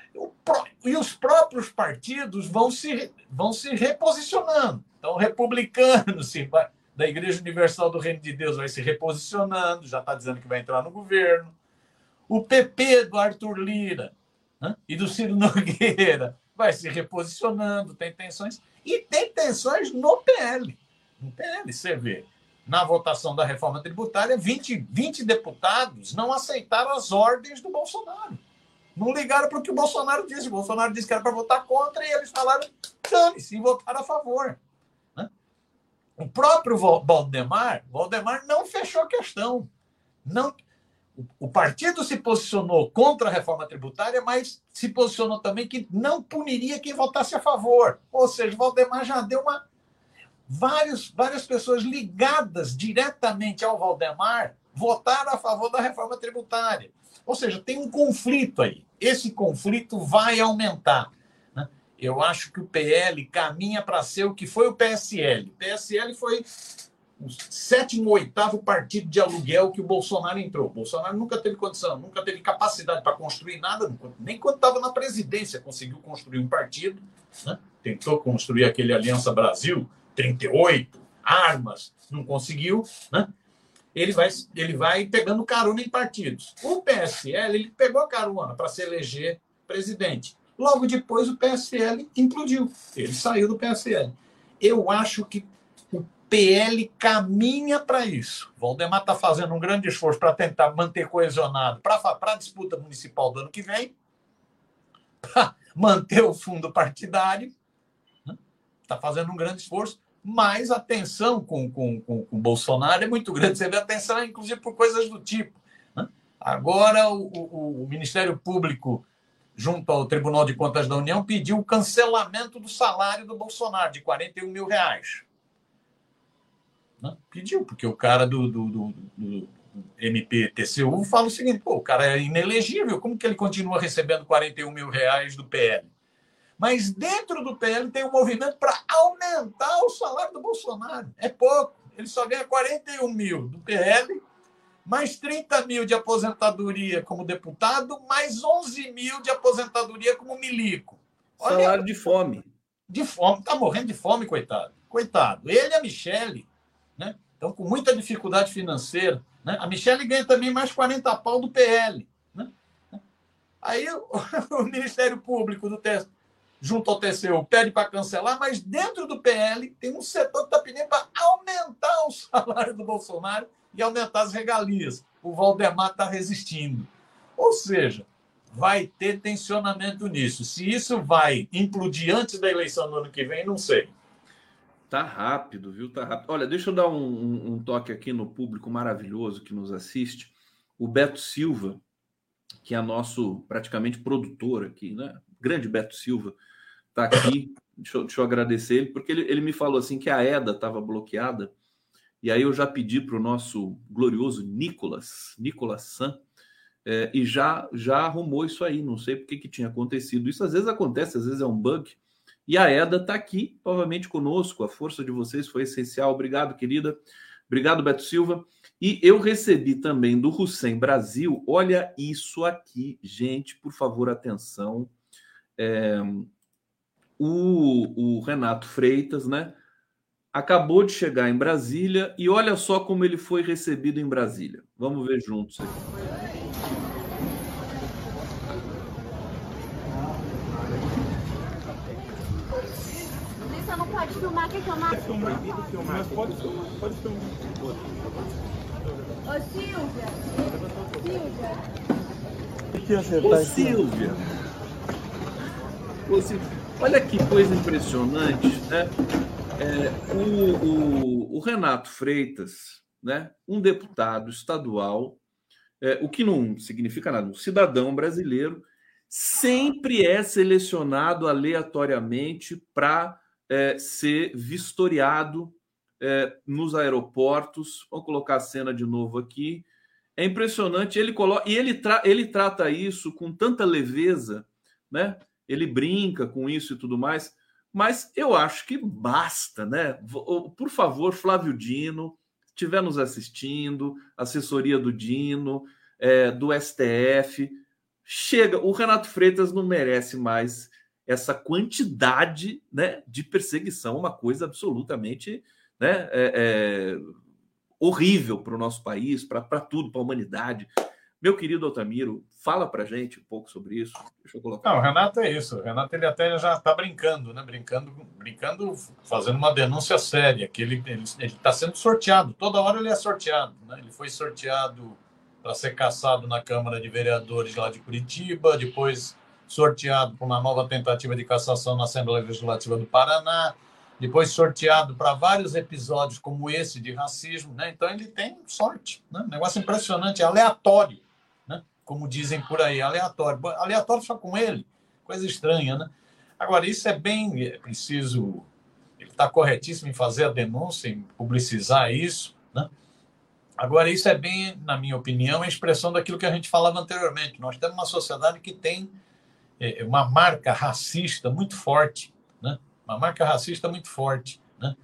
E os próprios partidos vão se reposicionando. Então, o republicano da Igreja Universal do Reino de Deus vai se reposicionando, já está dizendo que vai entrar no governo. O PP do Arthur Lira, né, e do Ciro Nogueira vai se reposicionando, tem tensões. E tem tensões no PL. No PL, você vê. Na votação da reforma tributária, 20 deputados não aceitaram as ordens do Bolsonaro. Não ligaram para o que o Bolsonaro disse. O Bolsonaro disse que era para votar contra e eles falaram, dane-se, e votaram a favor. Né? O próprio Valdemar não fechou a questão. O partido se posicionou contra a reforma tributária, mas se posicionou também que não puniria quem votasse a favor. Ou seja, o Valdemar já deu várias pessoas ligadas diretamente ao Valdemar votaram a favor da reforma tributária. Ou seja, tem um conflito aí. Esse conflito vai aumentar. Né? Eu acho que o PL caminha para ser o que foi o PSL. O PSL foi o 7º ou 8º partido de aluguel que o Bolsonaro entrou. O Bolsonaro nunca teve condição, nunca teve capacidade para construir nada, nem quando estava na presidência conseguiu construir um partido. Né? Tentou construir aquele Aliança Brasil, 38, armas, não conseguiu. Né? Ele vai pegando carona em partidos. O PSL ele pegou a carona para se eleger presidente. Logo depois, o PSL implodiu. Ele saiu do PSL. Eu acho que o PL caminha para isso. Valdemar está fazendo um grande esforço para tentar manter coesionado para a disputa municipal do ano que vem, para manter o fundo partidário. Está fazendo um grande esforço, mas a tensão com o Bolsonaro é muito grande. Você vê a tensão, inclusive, por coisas do tipo. Agora, o Ministério Público, junto ao Tribunal de Contas da União, pediu o cancelamento do salário do Bolsonaro, de R$41 mil. Pediu, porque o cara do MPTCU fala o seguinte: pô, o cara é inelegível, como que ele continua recebendo R$41 mil do PL? Mas dentro do PL tem um movimento para aumentar o salário do Bolsonaro. É pouco, ele só ganha 41 mil do PL, mais 30 mil de aposentadoria como deputado, mais 11 mil de aposentadoria como milico. Olha, salário de fome. De fome, está morrendo de fome, coitado. Coitado. Ele e a Michele, né, estão com muita dificuldade financeira. Né? A Michele ganha também mais 40 pau do PL. Né? Aí o Ministério Público do TSE, junto ao TCU, pede para cancelar, mas dentro do PL tem um setor que está pedindo para aumentar o salário do Bolsonaro e aumentar as regalias. O Valdemar está resistindo. Ou seja, vai ter tensionamento nisso. Se isso vai implodir antes da eleição do ano que vem, não sei. Tá rápido, viu? Tá rápido. Olha, deixa eu dar um toque aqui no público maravilhoso que nos assiste. O Beto Silva, que é nosso praticamente produtor aqui, né? Grande Beto Silva, tá aqui. Deixa eu agradecer ele, porque ele me falou assim que a EDA estava bloqueada. E aí eu já pedi para o nosso glorioso Nicolas San, e já arrumou isso aí. Não sei por que tinha acontecido. Isso às vezes acontece, às vezes é um bug. E a EDA está aqui, novamente conosco. A força de vocês foi essencial. Obrigado, querida. Obrigado, Beto Silva. E eu recebi também do Hussein Brasil. Olha isso aqui, gente, por favor, atenção. O Renato Freitas, né? Acabou de chegar em Brasília e olha só como ele foi recebido em Brasília. Vamos ver juntos aqui. Você não pode filmar, quer filmar? Mas pode filmar. Ô, Silvia. Silvia. Olha que coisa impressionante, né? O Renato Freitas, né, um deputado estadual, o que não significa nada, um cidadão brasileiro, sempre é selecionado aleatoriamente para ser vistoriado nos aeroportos. Vamos colocar a cena de novo aqui. É impressionante. Ele trata isso com tanta leveza, né? Ele brinca com isso e tudo mais. Mas eu acho que basta, né? Por favor, Flávio Dino, se estiver nos assistindo, assessoria do Dino, do STF, chega. O Renato Freitas não merece mais essa quantidade, né, de perseguição, uma coisa absolutamente, né, horrível para o nosso país, para tudo, para a humanidade. Meu querido Altamiro, fala para gente um pouco sobre isso. Deixa eu colocar. Não, o Renato é isso. O Renato ele até já está brincando, né? Brincando, fazendo uma denúncia séria, que ele está sendo sorteado. Toda hora ele é sorteado, né? Ele foi sorteado para ser cassado na Câmara de Vereadores lá de Curitiba, depois sorteado para uma nova tentativa de cassação na Assembleia Legislativa do Paraná, depois sorteado para vários episódios como esse de racismo, né? Então ele tem sorte, né? Um negócio impressionante, aleatório. Como dizem por aí, aleatório. Aleatório só com ele, coisa estranha, né? Agora, isso é bem preciso, ele está corretíssimo em fazer a denúncia, em publicizar isso, né? Agora, isso é bem, na minha opinião, a expressão daquilo que a gente falava anteriormente. Nós temos uma sociedade que tem uma marca racista muito forte, né? Uma marca racista muito forte, né?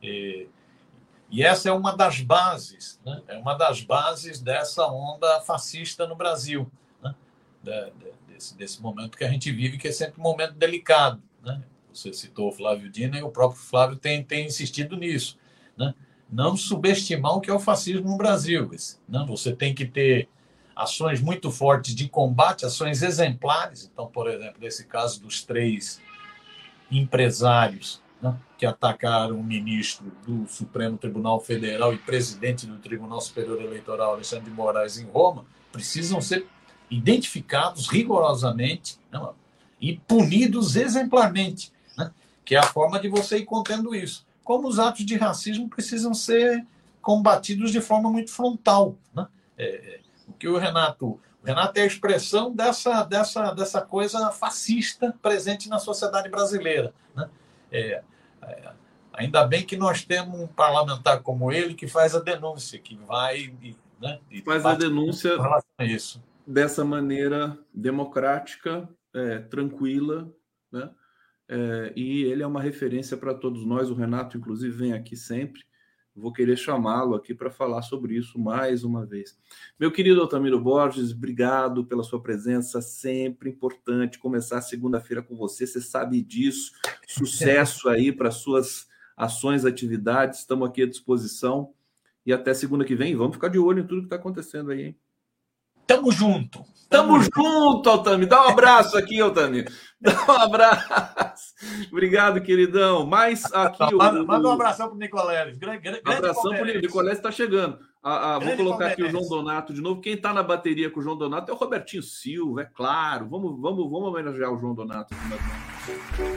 E essa é uma das bases, né? É uma das bases dessa onda fascista no Brasil, né? Desse momento que a gente vive, que é sempre um momento delicado, né? Você citou o Flávio Dino e o próprio Flávio tem insistido nisso, né? Não subestimar o que é o fascismo no Brasil. Né? Você tem que ter ações muito fortes de combate, ações exemplares. Então, por exemplo, nesse caso dos 3 empresários, né, que atacaram o ministro do Supremo Tribunal Federal e presidente do Tribunal Superior Eleitoral, Alexandre de Moraes, em Roma, precisam ser identificados rigorosamente, né, e punidos exemplarmente, né, que é a forma de você ir contendo isso. Como os atos de racismo precisam ser combatidos de forma muito frontal, né? O que o Renato é a expressão dessa coisa fascista presente na sociedade brasileira, né? Ainda bem que nós temos um parlamentar como ele que faz a denúncia, que vai, né, e faz a denúncia com relação a isso. Dessa maneira democrática, tranquila, né? E ele é uma referência para todos nós. O Renato, inclusive, vem aqui sempre. Vou querer chamá-lo aqui para falar sobre isso mais uma vez. Meu querido Altamiro Borges, obrigado pela sua presença, sempre importante começar a segunda-feira com você, você sabe disso. Sucesso aí para suas ações, atividades, estamos aqui à disposição. E até segunda que vem, vamos ficar de olho em tudo que está acontecendo aí, hein? Tamo junto. Tamo junto, Altamiro. Dá um abraço aqui, Altamiro. Dá um abraço. Obrigado, queridão. Mas aqui... Manda um abração pro Nicoleles. Abração pro Nicoleles, está chegando. Vou colocar aqui o João Donato de novo. Quem está na bateria com o João Donato é o Robertinho Silva, é claro. Vamos homenagear o João Donato aqui.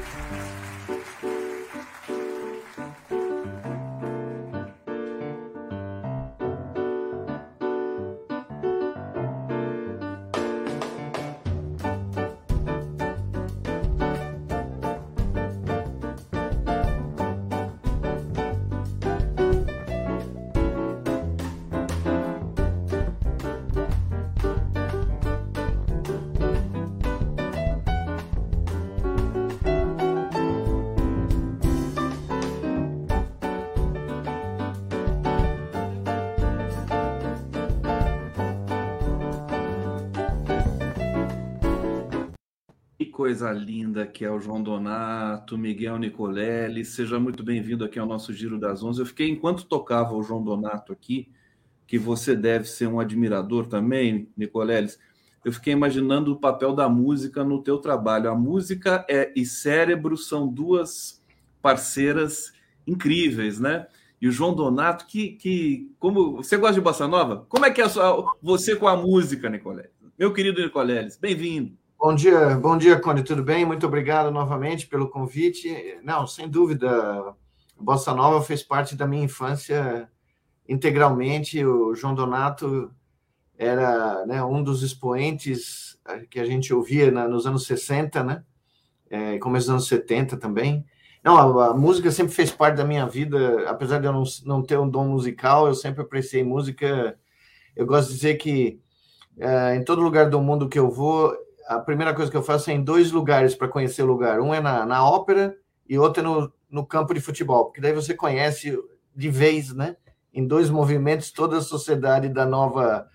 Coisa linda que é o João Donato, Miguel Nicoleles, seja muito bem-vindo aqui ao nosso Giro das 11. Eu fiquei, enquanto tocava o João Donato aqui, que você deve ser um admirador também, Nicoleles, eu fiquei imaginando o papel da música no teu trabalho. A música e cérebro são duas parceiras incríveis, né? E o João Donato, como você gosta de bossa nova? Como é que é você com a música, Nicoleles? Meu querido Nicoleles, bem-vindo. Bom dia, Conde, tudo bem? Muito obrigado novamente pelo convite. Não, sem dúvida, a Bossa Nova fez parte da minha infância integralmente. O João Donato era, né, um dos expoentes que a gente ouvia nos anos 60, né? Começo dos anos 70 também. Não, a música sempre fez parte da minha vida, apesar de eu não ter um dom musical, eu sempre apreciei música. Eu gosto de dizer que em todo lugar do mundo que eu vou, a primeira coisa que eu faço é em 2 lugares para conhecer o lugar. Um é na ópera e outro é no campo de futebol, porque daí você conhece de vez, né, em 2 movimentos, toda a sociedade da nova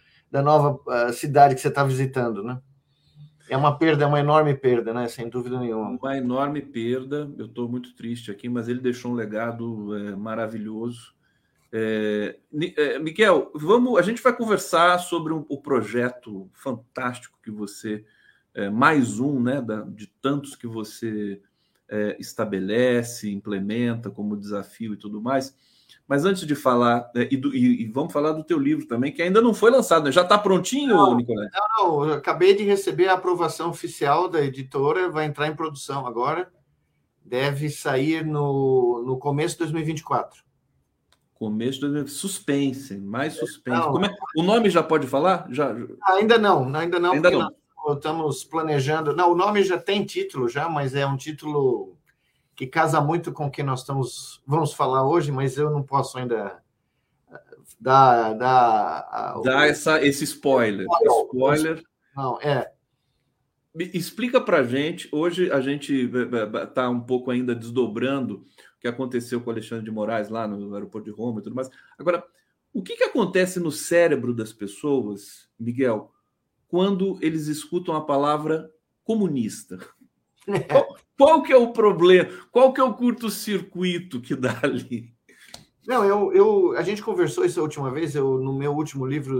cidade que você está visitando, né? É uma perda, é uma enorme perda, né? Sem dúvida nenhuma. Uma enorme perda. Eu estou muito triste aqui, mas ele deixou um legado maravilhoso. Miguel, a gente vai conversar sobre o projeto fantástico que você... mais um, né, de tantos que você estabelece, implementa como desafio e tudo mais. Mas antes de falar, e vamos falar do teu livro também, que ainda não foi lançado, né? Já está prontinho, Nicoleles? Não, eu acabei de receber a aprovação oficial da editora, vai entrar em produção agora, deve sair no começo de 2024. Começo de 2024, suspense, mais suspense. O nome já pode falar? Ainda não. Ainda não. Estamos planejando. Não, o nome já tem título, mas é um título que casa muito com o que nós vamos falar hoje, mas eu não posso ainda dar esse spoiler. Não, Explica para a gente. Hoje a gente está um pouco ainda desdobrando o que aconteceu com o Alexandre de Moraes lá no aeroporto de Roma e tudo mais. Agora, o que acontece no cérebro das pessoas, Miguel, quando eles escutam a palavra comunista? Qual que é o problema? Qual que é o curto-circuito que dá ali? Não, a gente conversou isso a última vez, no meu último livro,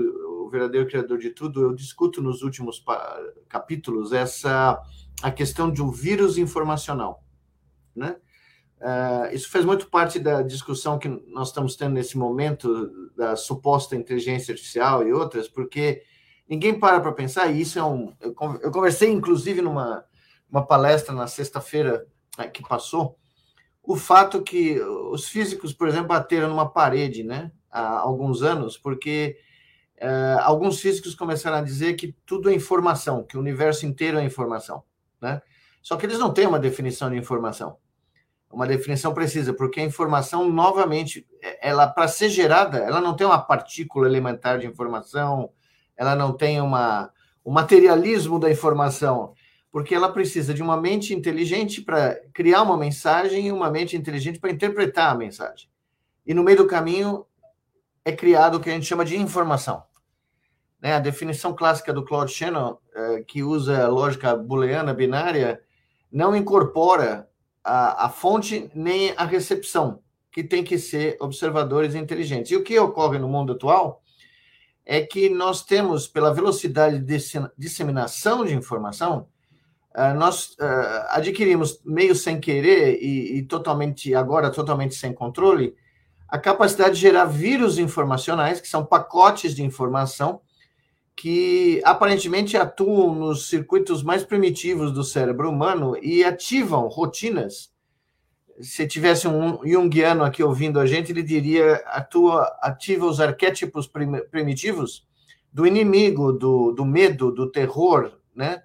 verdadeiro criador de tudo, eu discuto nos últimos capítulos a questão de um vírus informacional, né? Isso faz muito parte da discussão que nós estamos tendo nesse momento da suposta inteligência artificial e outras, porque ninguém para pensar, e isso eu conversei, inclusive, numa palestra na sexta-feira que passou, o fato que os físicos, por exemplo, bateram numa parede, né, há alguns anos, porque alguns físicos começaram a dizer que tudo é informação, que o universo inteiro é informação, né? Só que eles não têm uma definição de informação. Uma definição precisa, porque a informação, novamente, ela, para ser gerada, ela não tem uma partícula elementar de informação, ela não tem o materialismo da informação, porque ela precisa de uma mente inteligente para criar uma mensagem e uma mente inteligente para interpretar a mensagem. E no meio do caminho é criado o que a gente chama de informação. A definição clássica do Claude Shannon, que usa a lógica booleana binária, não incorpora a fonte nem a recepção, que tem que ser observadores inteligentes. E o que ocorre no mundo atual é que nós temos, pela velocidade de disseminação de informação, nós adquirimos, meio sem querer e agora totalmente sem controle, a capacidade de gerar vírus informacionais, que são pacotes de informação, que aparentemente atuam nos circuitos mais primitivos do cérebro humano e ativam rotinas. Se tivesse um junguiano aqui ouvindo a gente, ele diria, ativa os arquétipos primitivos do inimigo, do medo, do terror, né?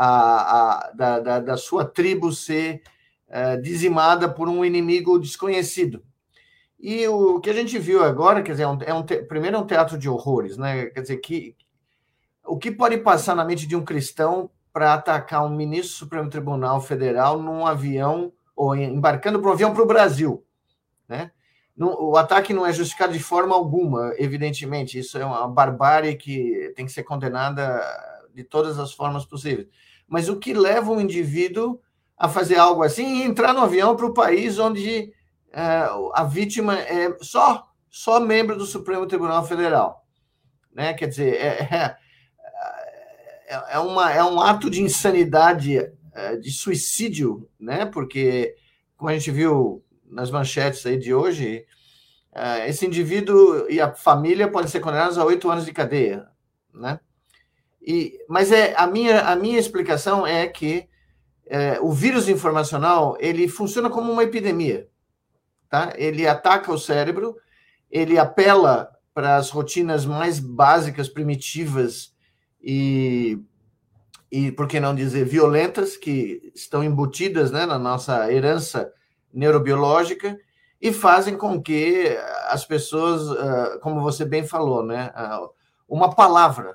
Da sua tribo ser dizimada por um inimigo desconhecido. E o que a gente viu agora, quer dizer, primeiro é um teatro de horrores, né? Quer dizer, o que pode passar na mente de um cristão para atacar um ministro do Supremo Tribunal Federal num avião, ou embarcando para um avião para o Brasil, né? O ataque não é justificado de forma alguma, evidentemente. Isso é uma barbárie que tem que ser condenada de todas as formas possíveis. Mas o que leva um indivíduo a fazer algo assim e entrar no avião para o país onde a vítima é só membro do Supremo Tribunal Federal, né? Quer dizer, é um ato de insanidade, de suicídio, né? Porque, como a gente viu nas manchetes aí de hoje, esse indivíduo e a família podem ser condenados a 8 anos de cadeia, né? Mas a minha explicação é que o vírus informacional, ele funciona como uma epidemia, tá? Ele ataca o cérebro, ele apela para as rotinas mais básicas, primitivas e por que não dizer violentas, que estão embutidas, né, na nossa herança neurobiológica, e fazem com que as pessoas, como você bem falou, né, uma palavra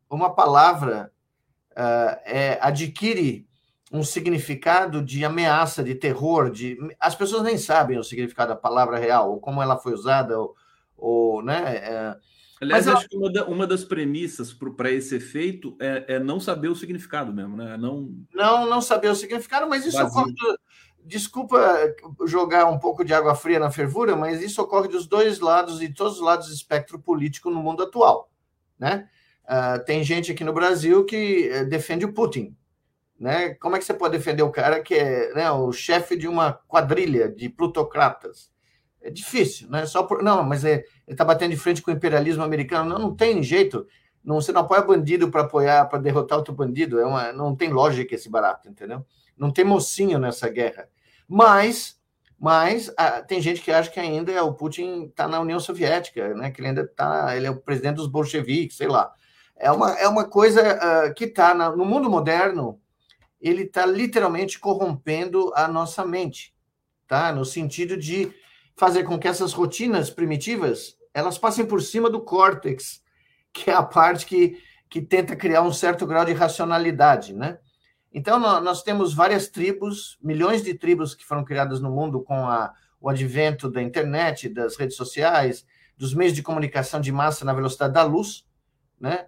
adquire um significado de ameaça, de terror, as pessoas nem sabem o significado da palavra real, ou como ela foi usada, ou né? Aliás, acho que uma das premissas para esse efeito é não saber o significado mesmo, né? Não saber o significado, mas isso ocorre. Desculpa jogar um pouco de água fria na fervura, mas isso ocorre dos dois lados e todos os lados do espectro político no mundo atual, né? Tem gente aqui no Brasil que defende o Putin, né? Como é que você pode defender o cara que é, né, o chefe de uma quadrilha de plutocratas? É difícil, né? Não, mas ele está batendo de frente com o imperialismo americano. Não tem jeito. Você não apoia bandido para derrotar outro bandido. Não tem lógica esse barato, entendeu? Não tem mocinho nessa guerra. Mas tem gente que acha que ainda o Putin está na União Soviética, né? Que ele é o presidente dos bolcheviques, sei lá. É uma coisa que está no mundo moderno. Ele está literalmente corrompendo a nossa mente, tá? No sentido de fazer com que essas rotinas primitivas elas passem por cima do córtex, que é a parte que tenta criar um certo grau de racionalidade, né? Então, nós temos várias tribos, milhões de tribos que foram criadas no mundo com o advento da internet, das redes sociais, dos meios de comunicação de massa na velocidade da luz, né?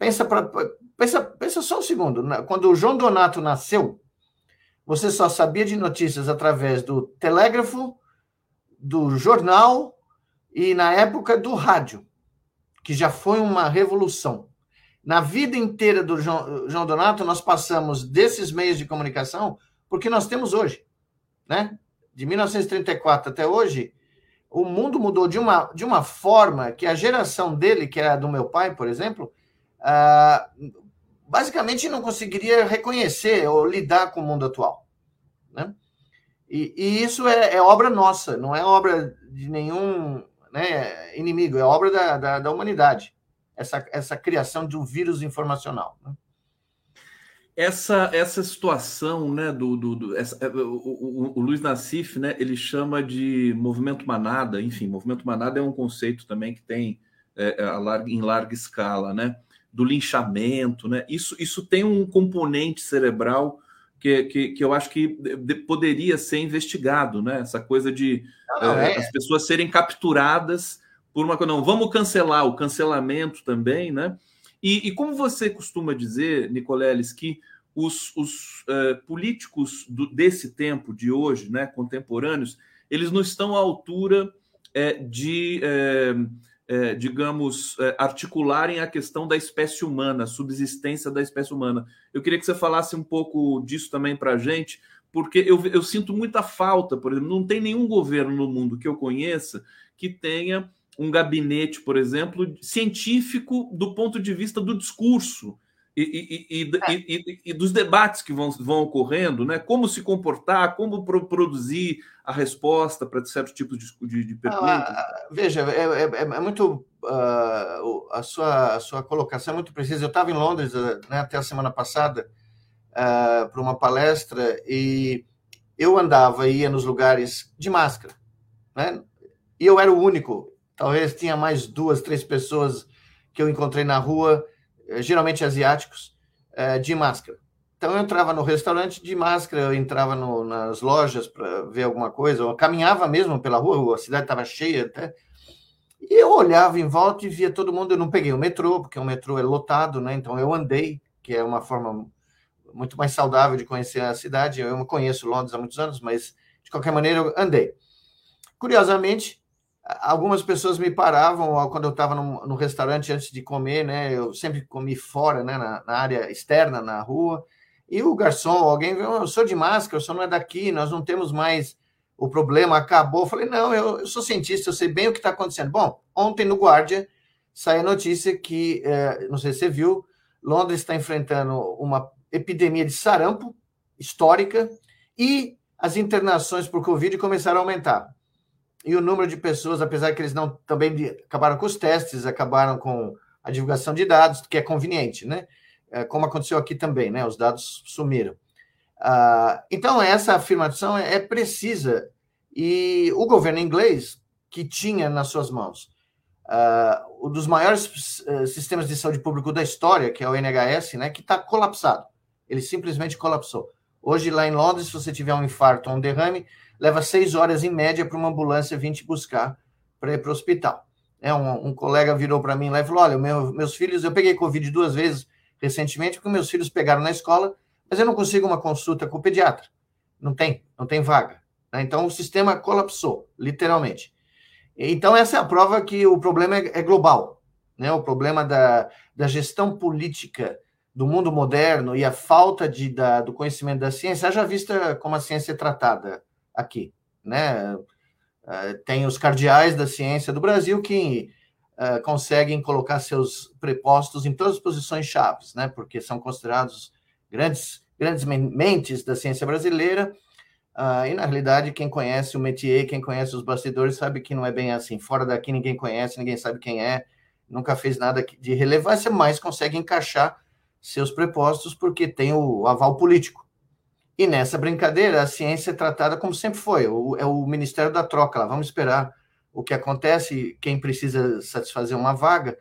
Pensa só um segundo. Quando o João Donato nasceu, você só sabia de notícias através do telégrafo, do jornal e, na época, do rádio, que já foi uma revolução. Na vida inteira do João Donato, nós passamos desses meios de comunicação porque nós temos hoje, né? De 1934 até hoje, o mundo mudou de uma forma que a geração dele, que era do meu pai, por exemplo, basicamente não conseguiria reconhecer ou lidar com o mundo atual, né? E isso é obra nossa, não é obra de nenhum, né, inimigo, é obra da humanidade, essa criação de um vírus informacional, né? Essa situação, né, o Luiz Nassif, né, ele chama de movimento manada. Enfim, movimento manada é um conceito também que tem em larga escala, né, do linchamento, né? Isso tem um componente cerebral que eu acho que poderia ser investigado, né? Essa coisa de as pessoas serem capturadas por uma coisa. Não, vamos cancelar, o cancelamento também, né? E como você costuma dizer, Nicoleles, que os políticos desse tempo, de hoje, né, contemporâneos, eles não estão à altura digamos, articularem a questão da espécie humana, a subsistência da espécie humana. Eu queria que você falasse um pouco disso também para a gente, porque eu sinto muita falta, por exemplo, não tem nenhum governo no mundo que eu conheça que tenha um gabinete, por exemplo, científico do ponto de vista do discurso e dos debates que vão ocorrendo, né? Como se comportar, como produzir a resposta para certos tipos de perguntas. Veja, é muito... a sua colocação é muito precisa. Eu estava em Londres, né, até a semana passada para uma palestra e eu ia nos lugares de máscara, né? E eu era o único. Talvez tinha mais 2, 3 pessoas que eu encontrei na rua, geralmente asiáticos, de máscara. Então, eu entrava no restaurante de máscara, eu entrava nas lojas para ver alguma coisa, eu caminhava mesmo pela rua, a cidade estava cheia até, e eu olhava em volta e via todo mundo. Eu não peguei o metrô, porque o metrô é lotado, né? Então, eu andei, que é uma forma muito mais saudável de conhecer a cidade. Eu conheço Londres há muitos anos, mas, de qualquer maneira, eu andei. Curiosamente, algumas pessoas me paravam quando eu estava no restaurante antes de comer, né? Eu sempre comi fora, né? Na área externa, na rua. E o garçom, alguém, eu sou de máscara, o senhor não é daqui, nós não temos mais, o problema acabou. Eu falei, não, eu sou cientista, eu sei bem o que está acontecendo. Bom, ontem no Guardian saiu a notícia que, não sei se você viu, Londres está enfrentando uma epidemia de sarampo histórica e as internações por Covid começaram a aumentar. E o número de pessoas, apesar que eles não também acabaram com os testes, acabaram com a divulgação de dados, que é conveniente, né? Como aconteceu aqui também, né? Os dados sumiram. Então, essa afirmação é precisa. E o governo inglês, que tinha nas suas mãos um dos maiores sistemas de saúde público da história, que é o NHS, né? Que está colapsado. Ele simplesmente colapsou. Hoje, lá em Londres, se você tiver um infarto ou um derrame, leva 6 horas em média para uma ambulância vir te buscar para ir para o hospital. Um colega virou para mim lá e falou, olha, meus filhos, eu peguei Covid 2 vezes recentemente, porque meus filhos pegaram na escola, mas eu não consigo uma consulta com o pediatra. Não tem vaga. Então, o sistema colapsou, literalmente. Então, essa é a prova que o problema é global, né? O problema da gestão política do mundo moderno e a falta do conhecimento da ciência, haja vista como a ciência é tratada aqui, né? Tem os cardeais da ciência do Brasil que conseguem colocar seus prepostos em todas as posições chaves, né? Porque são considerados grandes mentes da ciência brasileira, e na realidade quem conhece o métier, quem conhece os bastidores sabe que não é bem assim. Fora daqui ninguém conhece, ninguém sabe quem é, nunca fez nada de relevância, mas consegue encaixar seus prepostos porque tem o aval político. E nessa brincadeira, a ciência é tratada como sempre foi, é o Ministério da Troca, lá, vamos esperar o que acontece, quem precisa satisfazer uma vaga,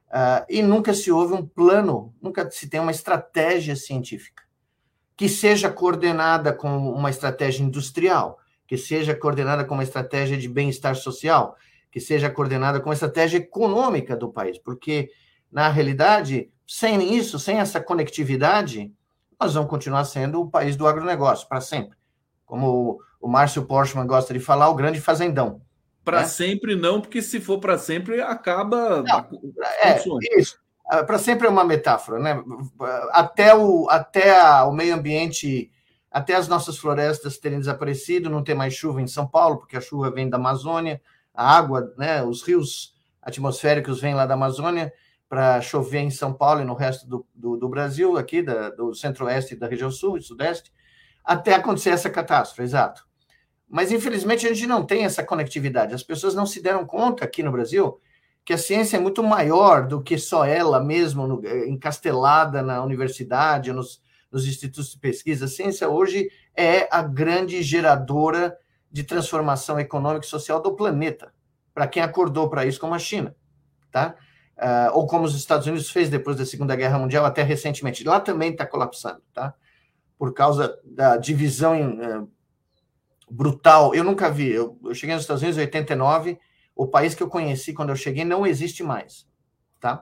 e nunca se houve um plano, nunca se tem uma estratégia científica, que seja coordenada com uma estratégia industrial, que seja coordenada com uma estratégia de bem-estar social, que seja coordenada com uma estratégia econômica do país, porque, na realidade, sem isso, sem essa conectividade, nós vamos continuar sendo o país do agronegócio, para sempre. Como o Márcio Porchman gosta de falar, o grande fazendão. Para sempre não, porque se for para sempre, acaba... Não, isso. para sempre é uma metáfora, né? Até o meio ambiente, até as nossas florestas terem desaparecido, não ter mais chuva em São Paulo, porque a chuva vem da Amazônia, a água, né? Os rios atmosféricos vêm lá da Amazônia para chover em São Paulo e no resto do Brasil, aqui do centro-oeste, da região sul e sudeste, até acontecer essa catástrofe, exato. Mas, infelizmente, a gente não tem essa conectividade. As pessoas não se deram conta aqui no Brasil que a ciência é muito maior do que só ela mesmo, encastelada na universidade, nos institutos de pesquisa. A ciência hoje é a grande geradora de transformação econômica e social do planeta, para quem acordou para isso, como a China, tá? Ou como os Estados Unidos fez depois da Segunda Guerra Mundial, até recentemente. Lá também está colapsando, tá? Por causa da divisão brutal. Eu nunca vi. Eu cheguei nos Estados Unidos em 89. O país que eu conheci quando eu cheguei não existe mais, tá?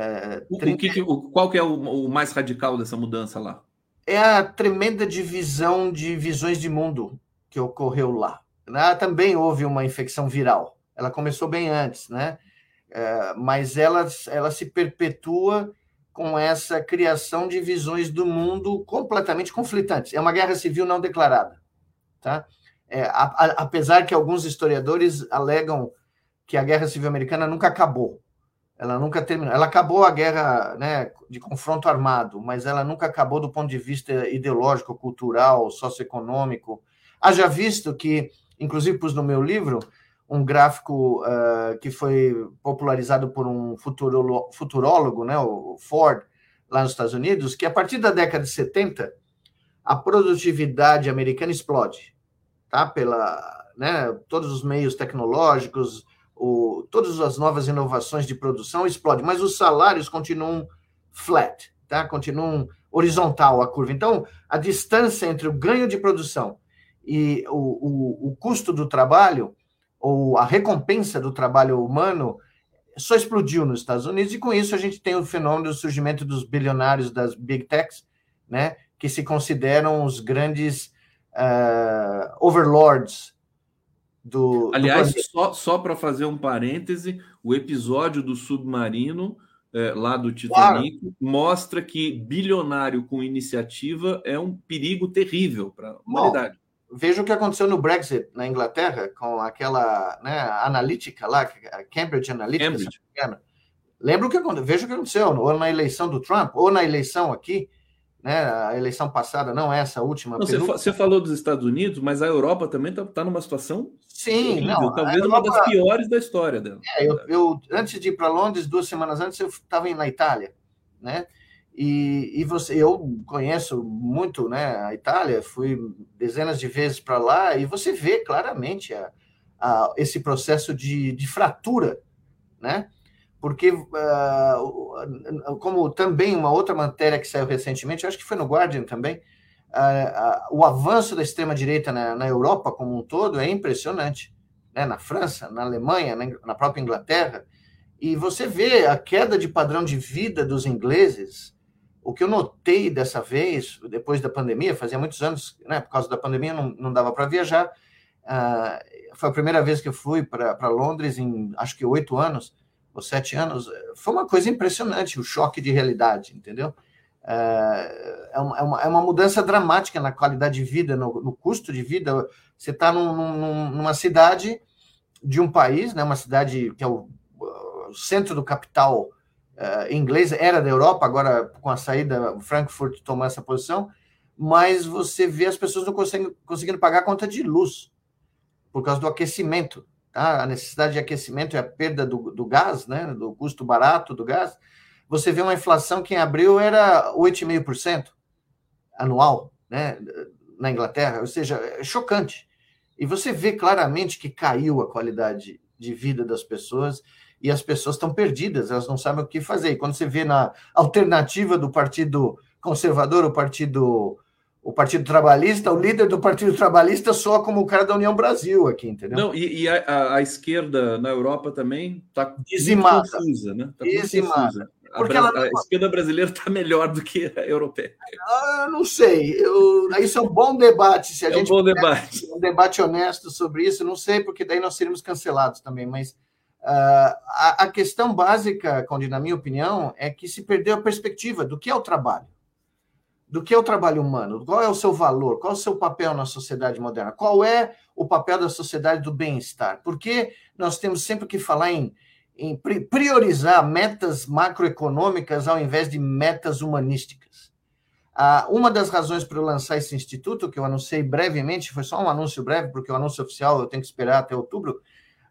Qual que é o mais radical dessa mudança lá? É a tremenda divisão de visões de mundo que ocorreu lá. Também houve uma infecção viral. Ela começou bem antes, né? Mas ela se perpetua com essa criação de visões do mundo completamente conflitantes. É uma guerra civil não declarada, tá? Apesar que alguns historiadores alegam que a Guerra Civil Americana nunca acabou, ela nunca terminou. Ela acabou a guerra, né, de confronto armado, mas ela nunca acabou do ponto de vista ideológico, cultural, socioeconômico. Haja visto que, inclusive pus no meu livro, um gráfico que foi popularizado por um futurólogo, né, o Ford, lá nos Estados Unidos, que a partir da década de 70, a produtividade americana explode, tá? Todos os meios tecnológicos, todas as novas inovações de produção explodem, mas os salários continuam flat, tá? Continuam horizontal a curva. Então, a distância entre o ganho de produção e o custo do trabalho, ou a recompensa do trabalho humano, só explodiu nos Estados Unidos, e com isso a gente tem o fenômeno do surgimento dos bilionários das big techs, né, que do grandes overlords Aliás, só para fazer um parêntese, o episódio do submarino lá do Titanic, claro, mostra que bilionário com iniciativa é um perigo terrível para a humanidade. Veja o que aconteceu no Brexit, na Inglaterra, com aquela, né, analítica lá, a Cambridge Analytica. Cambridge. Veja o que aconteceu, ou na eleição do Trump, ou na eleição aqui, né, a eleição passada, não essa última. Você falou dos Estados Unidos, mas a Europa também está numa situação terrível, talvez Europa, uma das piores da história dela. Eu antes de ir para Londres, 2 semanas antes, eu estava na Itália, né? Eu conheço muito, né, a Itália, fui dezenas de vezes para lá, e você vê claramente esse processo de fratura, né? Porque, como também uma outra matéria que saiu recentemente, eu acho que foi no Guardian também, o avanço da extrema-direita na Europa como um todo é impressionante, né? Na França, na Alemanha, na própria Inglaterra, e você vê a queda de padrão de vida dos ingleses. O que eu notei dessa vez, depois da pandemia, fazia muitos anos, né, por causa da pandemia não dava para viajar, foi a primeira vez que eu fui para Londres em, acho que 8 anos, ou 7 anos, foi uma coisa impressionante, o choque de realidade, entendeu? É uma mudança dramática na qualidade de vida, no custo de vida. Você está numa cidade de um país, né, uma cidade que é o centro do capital inglês, era da Europa, agora com a saída, Frankfurt tomou essa posição, mas você vê as pessoas não conseguindo pagar a conta de luz, por causa do aquecimento, tá? A necessidade de aquecimento é a perda do gás, né, do custo barato do gás. Você vê uma inflação que em abril era 8,5% anual, né, na Inglaterra, ou seja, é chocante. E você vê claramente que caiu a qualidade de vida das pessoas, e as pessoas estão perdidas, elas não sabem o que fazer. E quando você vê na alternativa do Partido Conservador, o Partido Trabalhista, o líder do Partido Trabalhista soa como o cara da União Brasil aqui, entendeu? Não, e a esquerda na Europa também está dizimada, confusa, né? Tá dizimada. Porque a esquerda brasileira está melhor do que a europeia. Eu não sei. Isso é um bom debate. Se a gente um bom debate. Um debate honesto sobre isso, não sei, porque daí nós seríamos cancelados também, mas A questão básica, Conde, na minha opinião, é que se perdeu a perspectiva do que é o trabalho. Do que é o trabalho humano, qual é o seu valor, qual é o seu papel na sociedade moderna, qual é o papel da sociedade do bem-estar. Porque nós temos sempre que falar em priorizar metas macroeconômicas ao invés de metas humanísticas. Uma das razões para eu lançar esse instituto, que eu anunciei brevemente, foi só um anúncio breve, porque o anúncio oficial eu tenho que esperar até outubro,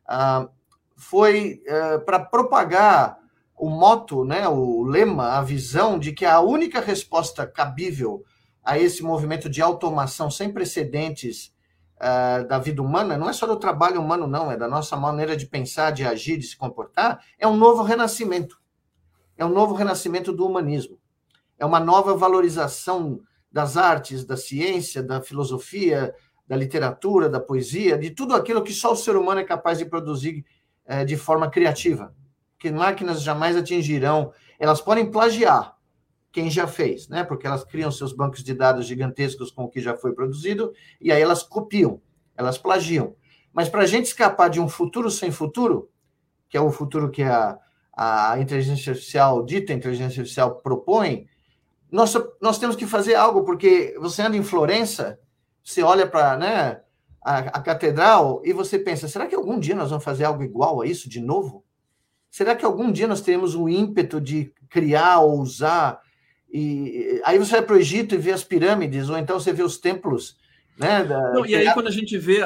foi para propagar o moto, né, o lema, a visão de que a única resposta cabível a esse movimento de automação sem precedentes da vida humana, não é só do trabalho humano, não, é da nossa maneira de pensar, de agir, de se comportar, é um novo renascimento. É um novo renascimento do humanismo. É uma nova valorização das artes, da ciência, da filosofia, da literatura, da poesia, de tudo aquilo que só o ser humano é capaz de produzir de forma criativa. Que máquinas jamais atingirão. Elas podem plagiar quem já fez, né? Porque elas criam seus bancos de dados gigantescos com o que já foi produzido, e aí elas copiam, elas plagiam. Mas para a gente escapar de um futuro sem futuro, que é o futuro que a inteligência artificial, dita inteligência artificial, propõe, nós temos que fazer algo, porque você anda em Florença, você olha para, né, a catedral e você pensa, será que algum dia nós vamos fazer algo igual a isso de novo? Será que algum dia nós teremos um ímpeto de criar ou usar? E aí você vai para o Egito e vê as pirâmides, ou então você vê os templos, né? E aí quando a gente vê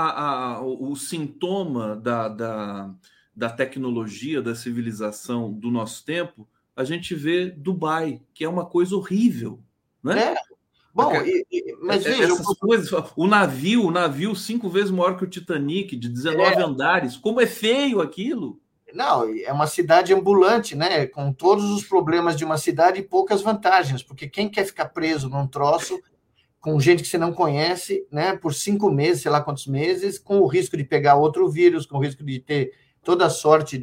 o sintoma da tecnologia, da civilização do nosso tempo, a gente vê Dubai, que é uma coisa horrível, né? Bom, mas veja... Essas coisas, o navio 5 vezes maior que o Titanic, de 19 andares, como é feio aquilo! Não, é uma cidade ambulante, né? Com todos os problemas de uma cidade e poucas vantagens, porque quem quer ficar preso num troço com gente que você não conhece, né? Por 5 meses, sei lá quantos meses, com o risco de pegar outro vírus, com o risco de ter toda a sorte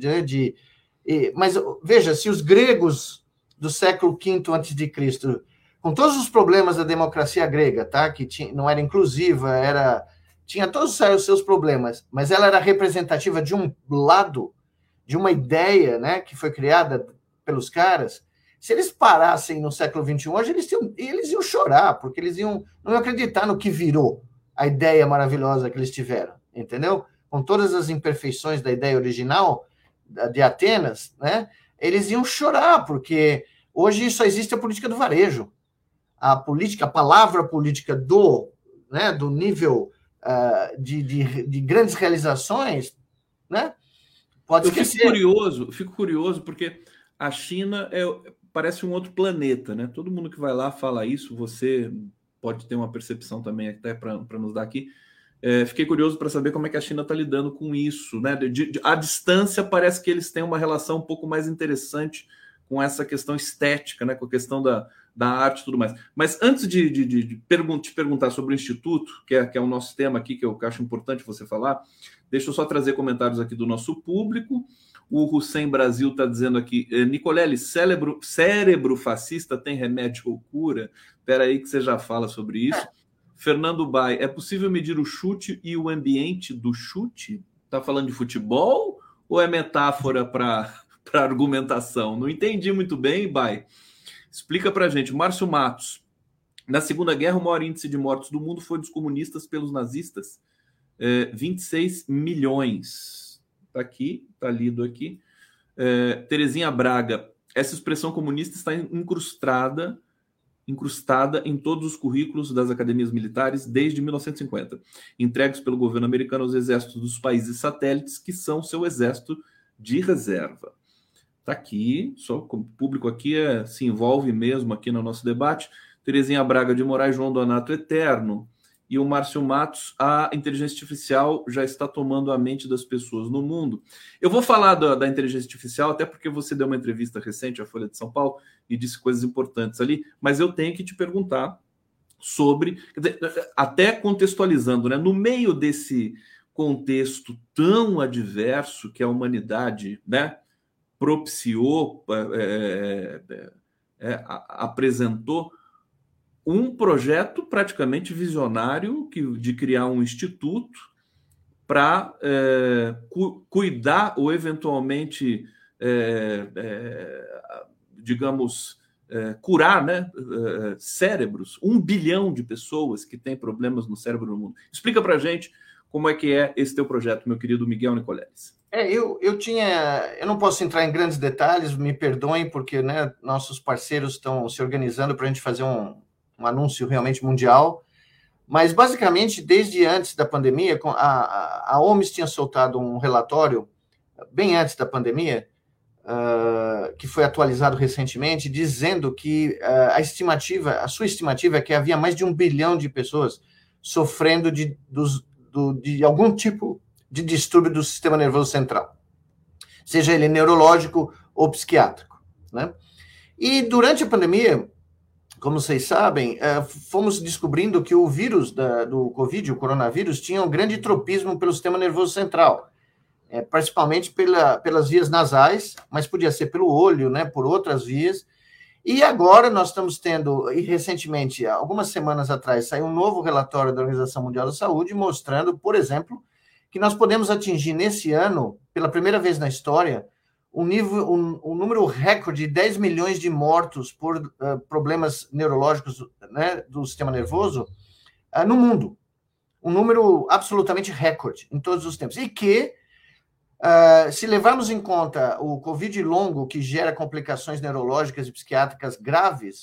mas veja, se os gregos do século V a.C., com todos os problemas da democracia grega, tá? Que não era inclusiva, tinha todos os seus problemas, mas ela era representativa de um lado, de uma ideia, né, que foi criada pelos caras. Se eles parassem no século XXI, hoje eles iam chorar, porque eles não iam acreditar no que virou a ideia maravilhosa que eles tiveram, entendeu? Com todas as imperfeições da ideia original de Atenas, né, eles iam chorar, porque hoje só existe a política do varejo. A palavra política do nível de grandes realizações, né? Pode esquecer. Fico curioso porque a China parece um outro planeta, né? Todo mundo que vai lá fala isso, você pode ter uma percepção também até para nos dar aqui. Fiquei curioso para saber como é que a China está lidando com isso, né? À distância parece que eles têm uma relação um pouco mais interessante com essa questão estética, né? Com a questão da arte e tudo mais. Mas antes de te perguntar sobre o Instituto, que é o nosso tema aqui, que eu acho importante você falar, deixa eu só trazer comentários aqui do nosso público. O Hussein Brasil está dizendo aqui, Nicolelli, cérebro fascista tem remédio ou cura? Espera aí que você já fala sobre isso. Fernando Bai, é possível medir o chute e o ambiente do chute? Está falando de futebol ou é metáfora para argumentação? Não entendi muito bem, Bai. Explica para a gente. Márcio Matos, na Segunda Guerra, o maior índice de mortos do mundo foi dos comunistas pelos nazistas. 26 milhões. Está aqui, está lido aqui. Terezinha Braga, essa expressão comunista está incrustada em todos os currículos das academias militares desde 1950, entregues pelo governo americano aos exércitos dos países satélites, que são seu exército de reserva. Está aqui, só o público aqui se envolve mesmo aqui no nosso debate. Terezinha Braga de Moraes, João Donato Eterno e o Márcio Matos, a inteligência artificial já está tomando a mente das pessoas no mundo. Eu vou falar da inteligência artificial, até porque você deu uma entrevista recente à Folha de São Paulo e disse coisas importantes ali, mas eu tenho que te perguntar sobre, quer dizer, até contextualizando, né, no meio desse contexto tão adverso que a humanidade, né, propiciou, apresentou um projeto praticamente visionário de criar um instituto para cuidar ou eventualmente, digamos, curar, né, cérebros. 1 bilhão de pessoas que têm problemas no cérebro no mundo. Explica para a gente como é que é esse teu projeto, meu querido Miguel Nicoleles. Eu não posso entrar em grandes detalhes, me perdoem, porque, né, nossos parceiros estão se organizando para a gente fazer um anúncio realmente mundial, mas basicamente, desde antes da pandemia, a OMS tinha soltado um relatório, bem antes da pandemia, que foi atualizado recentemente, dizendo que a sua estimativa é que havia mais de 1 bilhão de pessoas sofrendo de algum tipo de distúrbio do sistema nervoso central, seja ele neurológico ou psiquiátrico, né? E durante a pandemia, como vocês sabem, fomos descobrindo que o vírus do Covid, o coronavírus, tinha um grande tropismo pelo sistema nervoso central, principalmente pelas vias nasais, mas podia ser pelo olho, né, por outras vias. E agora nós estamos tendo, e recentemente, algumas semanas atrás, saiu um novo relatório da Organização Mundial da Saúde mostrando, por exemplo, que nós podemos atingir nesse ano, pela primeira vez na história, um número recorde de 10 milhões de mortos por problemas neurológicos, né, do sistema nervoso no mundo. Um número absolutamente recorde em todos os tempos. E que, se levarmos em conta o Covid longo, que gera complicações neurológicas e psiquiátricas graves,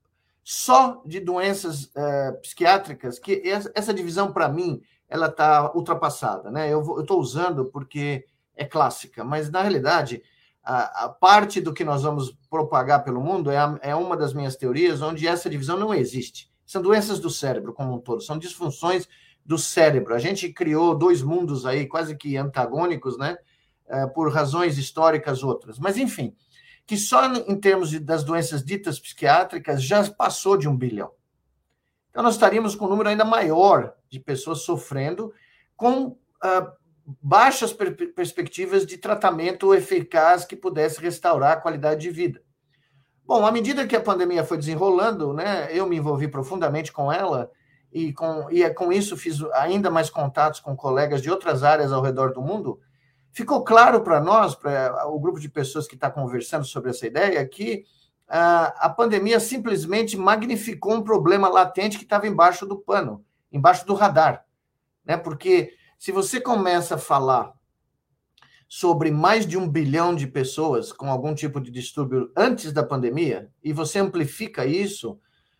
só de doenças psiquiátricas, que essa divisão, para mim, ela está ultrapassada, né? Eu estou usando porque é clássica, mas, na realidade, a parte do que nós vamos propagar pelo mundo é uma das minhas teorias, onde essa divisão não existe. São doenças do cérebro como um todo, são disfunções do cérebro. A gente criou 2 mundos aí quase que antagônicos, né? Por razões históricas outras. Mas, enfim, que só em termos das doenças ditas psiquiátricas já passou de 1 bilhão. Então, nós estaríamos com um número ainda maior de pessoas sofrendo com baixas perspectivas de tratamento eficaz que pudesse restaurar a qualidade de vida. Bom, à medida que a pandemia foi desenrolando, né, eu me envolvi profundamente com ela e com isso fiz ainda mais contatos com colegas de outras áreas ao redor do mundo. Ficou claro para nós, para o grupo de pessoas que está conversando sobre essa ideia, que a pandemia simplesmente magnificou um problema latente que estava embaixo do pano, embaixo do radar, né? Porque se você começa a falar sobre mais de 1 bilhão de pessoas com algum tipo de distúrbio antes da pandemia, e você amplifica isso,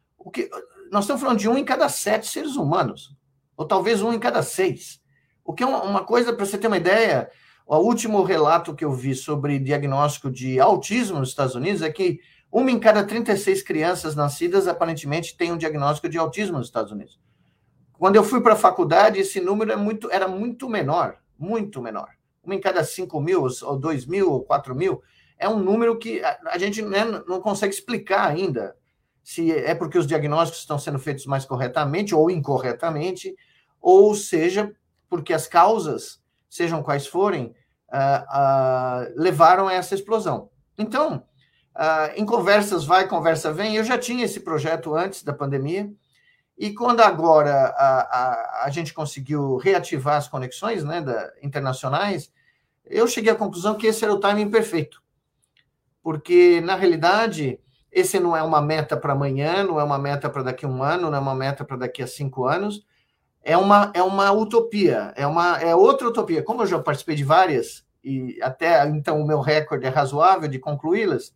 nós estamos falando de 1 em cada 7 seres humanos, ou talvez 1 em cada 6, o que é uma coisa, para você ter uma ideia. O último relato que eu vi sobre diagnóstico de autismo nos Estados Unidos é que 1 em cada 36 crianças nascidas, aparentemente, tem um diagnóstico de autismo nos Estados Unidos. Quando eu fui para a faculdade, esse número era muito menor, muito menor. 1 em cada 5 mil, ou 2 mil, ou 4 mil, é um número que a gente, né, não consegue explicar ainda se é porque os diagnósticos estão sendo feitos mais corretamente ou incorretamente, ou seja, porque as causas, sejam quais forem, levaram a essa explosão. Então, em conversas vai, conversa vem, eu já tinha esse projeto antes da pandemia, e quando agora a gente conseguiu reativar as conexões, né, internacionais, eu cheguei à conclusão que esse era o timing perfeito. Porque, na realidade, esse não é uma meta para amanhã, não é uma meta para daqui a 1 ano, não é uma meta para daqui a 5 anos, é uma utopia, é outra utopia. Como eu já participei de várias, e até então o meu recorde é razoável de concluí-las,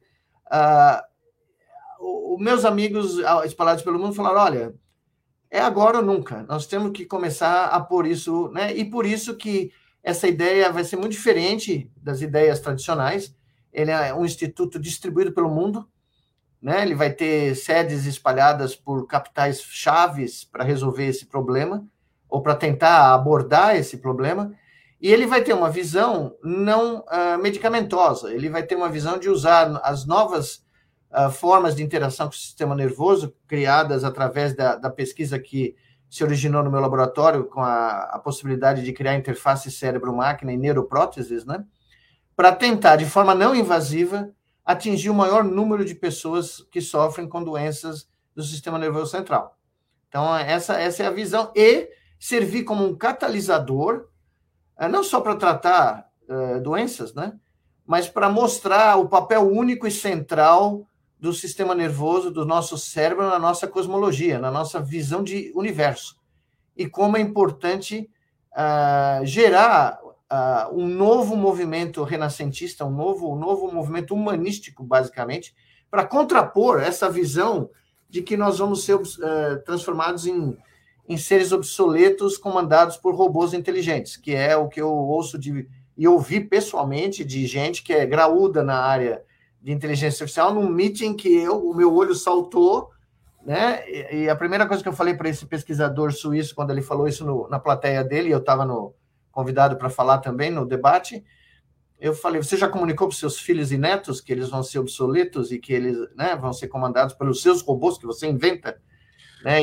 os meus amigos espalhados pelo mundo falaram, olha, é agora ou nunca, nós temos que começar a pôr isso, né? E por isso que essa ideia vai ser muito diferente das ideias tradicionais. Ele é um instituto distribuído pelo mundo, né? Ele vai ter sedes espalhadas por capitais chaves para resolver esse problema, ou para tentar abordar esse problema, e ele vai ter uma visão não medicamentosa, ele vai ter uma visão de usar as novas formas de interação com o sistema nervoso, criadas através da pesquisa que se originou no meu laboratório, com a possibilidade de criar interface cérebro-máquina e neuropróteses, né? Para tentar, de forma não invasiva, atingir o maior número de pessoas que sofrem com doenças do sistema nervoso central. Então, essa é a visão, e servir como um catalisador não só para tratar doenças, né? Mas para mostrar o papel único e central do sistema nervoso, do nosso cérebro, na nossa cosmologia, na nossa visão de universo. E como é importante gerar um novo movimento renascentista, um novo movimento humanístico, basicamente, para contrapor essa visão de que nós vamos ser transformados em seres obsoletos comandados por robôs inteligentes, que é o que eu ouço e ouvi pessoalmente de gente que é graúda na área de inteligência artificial, num meeting que o meu olho saltou, né? E a primeira coisa que eu falei para esse pesquisador suíço, quando ele falou isso na plateia dele, eu estava convidado para falar também no debate, eu falei, você já comunicou para os seus filhos e netos que eles vão ser obsoletos e que eles, né, vão ser comandados pelos seus robôs que você inventa? Né?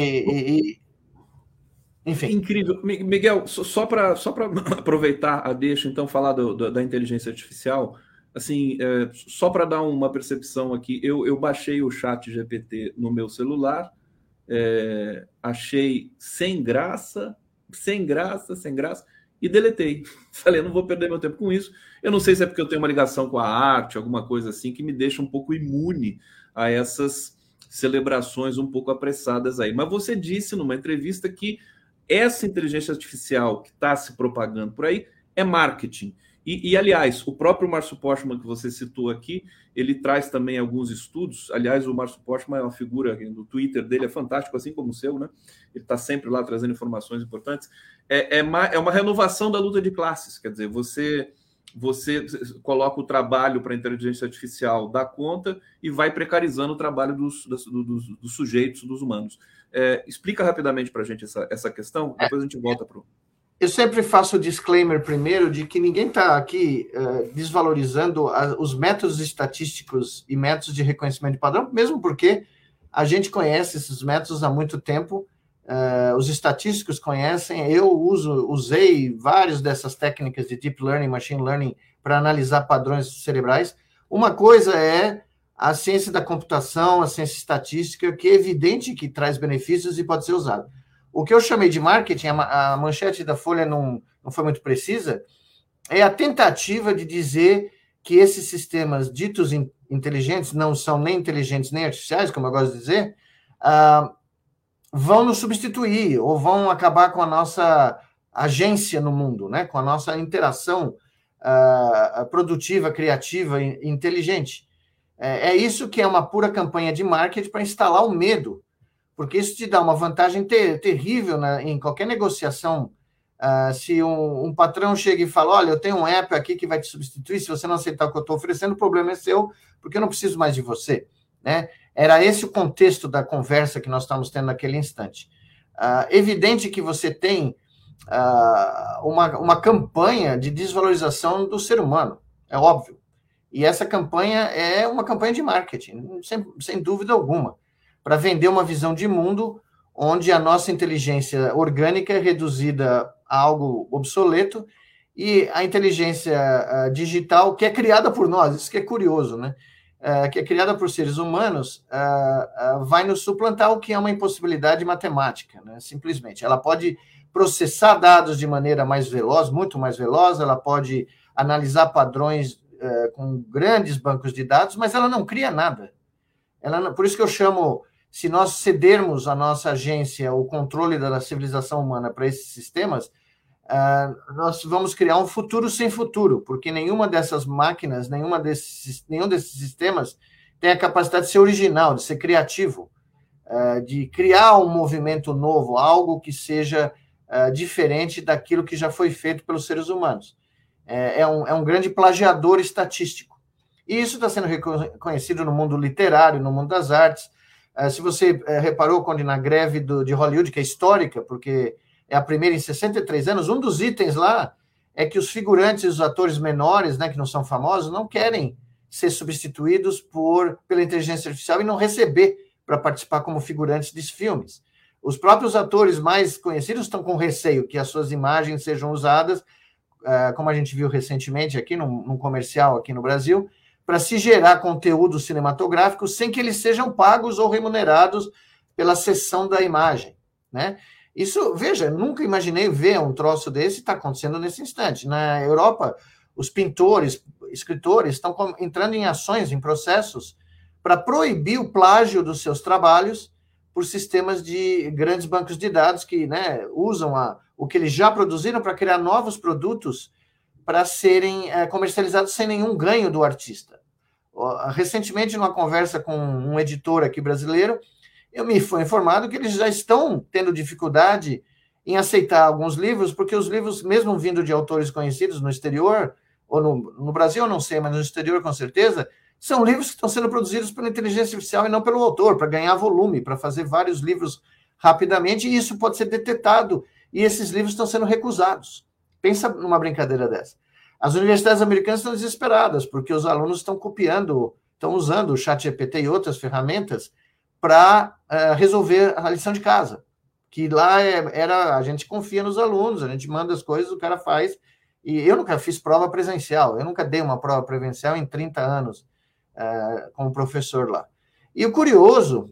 Enfim. Incrível. Miguel, só para aproveitar a deixa, então, falar da inteligência artificial, assim, só para dar uma percepção aqui, eu baixei o ChatGPT no meu celular, achei sem graça, e deletei. Falei, não vou perder meu tempo com isso. Eu não sei se é porque eu tenho uma ligação com a arte, alguma coisa assim, que me deixa um pouco imune a essas celebrações um pouco apressadas aí. Mas você disse numa entrevista que essa inteligência artificial que está se propagando por aí é marketing. E, aliás, o próprio Márcio Postman, que você citou aqui, ele traz também alguns estudos. Aliás, o Márcio Postman é uma figura no Twitter dele, é fantástico, assim como o seu, né? Ele está sempre lá trazendo informações importantes. É uma renovação da luta de classes, quer dizer, você coloca o trabalho para a inteligência artificial, dá conta e vai precarizando o trabalho dos sujeitos, dos humanos. Explica rapidamente para a gente essa questão, depois a gente volta para o... Eu sempre faço o disclaimer primeiro de que ninguém está aqui desvalorizando os métodos estatísticos e métodos de reconhecimento de padrão, mesmo porque a gente conhece esses métodos há muito tempo, os estatísticos conhecem, eu usei várias dessas técnicas de deep learning, machine learning, para analisar padrões cerebrais. Uma coisa é a ciência da computação, a ciência estatística, que é evidente que traz benefícios e pode ser usado. O que eu chamei de marketing, a manchete da Folha não foi muito precisa, é a tentativa de dizer que esses sistemas ditos inteligentes, não são nem inteligentes nem artificiais, como eu gosto de dizer, vão nos substituir ou vão acabar com a nossa agência no mundo, né? Com a nossa interação produtiva, criativa e inteligente. É isso que é uma pura campanha de marketing para instalar o medo, porque isso te dá uma vantagem terrível em qualquer negociação. Se um patrão chega e fala, olha, eu tenho um app aqui que vai te substituir, se você não aceitar o que eu estou oferecendo, o problema é seu, porque eu não preciso mais de você. Né? Era esse o contexto da conversa que nós estávamos tendo naquele instante. Evidente que você tem uma campanha de desvalorização do ser humano, é óbvio. E essa campanha é uma campanha de marketing, sem dúvida alguma, para vender uma visão de mundo onde a nossa inteligência orgânica é reduzida a algo obsoleto e a inteligência digital, que é criada por nós, isso que é curioso, né? Que é criada por seres humanos, vai nos suplantar, o que é uma impossibilidade matemática, né? Simplesmente. Ela pode processar dados de maneira mais veloz, muito mais veloz, ela pode analisar padrões com grandes bancos de dados, mas ela não cria nada. Por isso que eu chamo, se nós cedermos a nossa agência, o controle da civilização humana para esses sistemas, nós vamos criar um futuro sem futuro, porque nenhuma dessas máquinas, nenhum desses sistemas tem a capacidade de ser original, de ser criativo, de criar um movimento novo, algo que seja diferente daquilo que já foi feito pelos seres humanos. É um grande plagiador estatístico. E isso está sendo reconhecido no mundo literário, no mundo das artes. Se você reparou, quando na greve de Hollywood, que é histórica, porque é a primeira em 63 anos, um dos itens lá é que os figurantes e os atores menores, né, que não são famosos, não querem ser substituídos pela inteligência artificial e não receber para participar como figurantes de filmes. Os próprios atores mais conhecidos estão com receio que as suas imagens sejam usadas, como a gente viu recentemente aqui num comercial aqui no Brasil, para se gerar conteúdo cinematográfico sem que eles sejam pagos ou remunerados pela cessão da imagem, né? Isso, veja, nunca imaginei ver um troço desse, está acontecendo nesse instante. Na Europa, os pintores, escritores estão entrando em ações, em processos, para proibir o plágio dos seus trabalhos por sistemas de grandes bancos de dados que, né, usam o que eles já produziram para criar novos produtos para serem comercializados sem nenhum ganho do artista. Recentemente, numa conversa com um editor aqui brasileiro, eu me fui informado que eles já estão tendo dificuldade em aceitar alguns livros, porque os livros, mesmo vindo de autores conhecidos no exterior, ou no Brasil eu não sei, mas no exterior com certeza, são livros que estão sendo produzidos pela inteligência artificial e não pelo autor, para ganhar volume, para fazer vários livros rapidamente, e isso pode ser detectado, e esses livros estão sendo recusados. Pensa numa brincadeira dessa. As universidades americanas estão desesperadas, porque os alunos estão copiando, estão usando o ChatGPT e outras ferramentas para resolver a lição de casa. Que lá a gente confia nos alunos, a gente manda as coisas, o cara faz. E eu nunca fiz prova presencial, eu nunca dei uma prova presencial em 30 anos como professor lá. E o curioso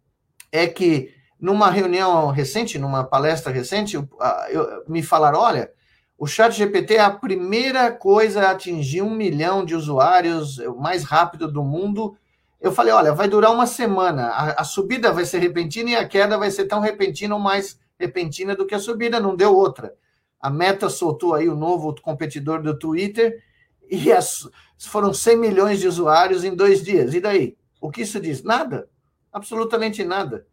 é que numa reunião recente, numa palestra recente, me falaram, olha, o ChatGPT é a primeira coisa a atingir 1 milhão de usuários, o mais rápido do mundo. Eu falei, olha, vai durar uma semana, a subida vai ser repentina e a queda vai ser tão repentina ou mais repentina do que a subida, não deu outra. A Meta soltou aí o novo competidor do Twitter e foram 100 milhões de usuários em 2 dias. E daí? O que isso diz? Nada, absolutamente nada.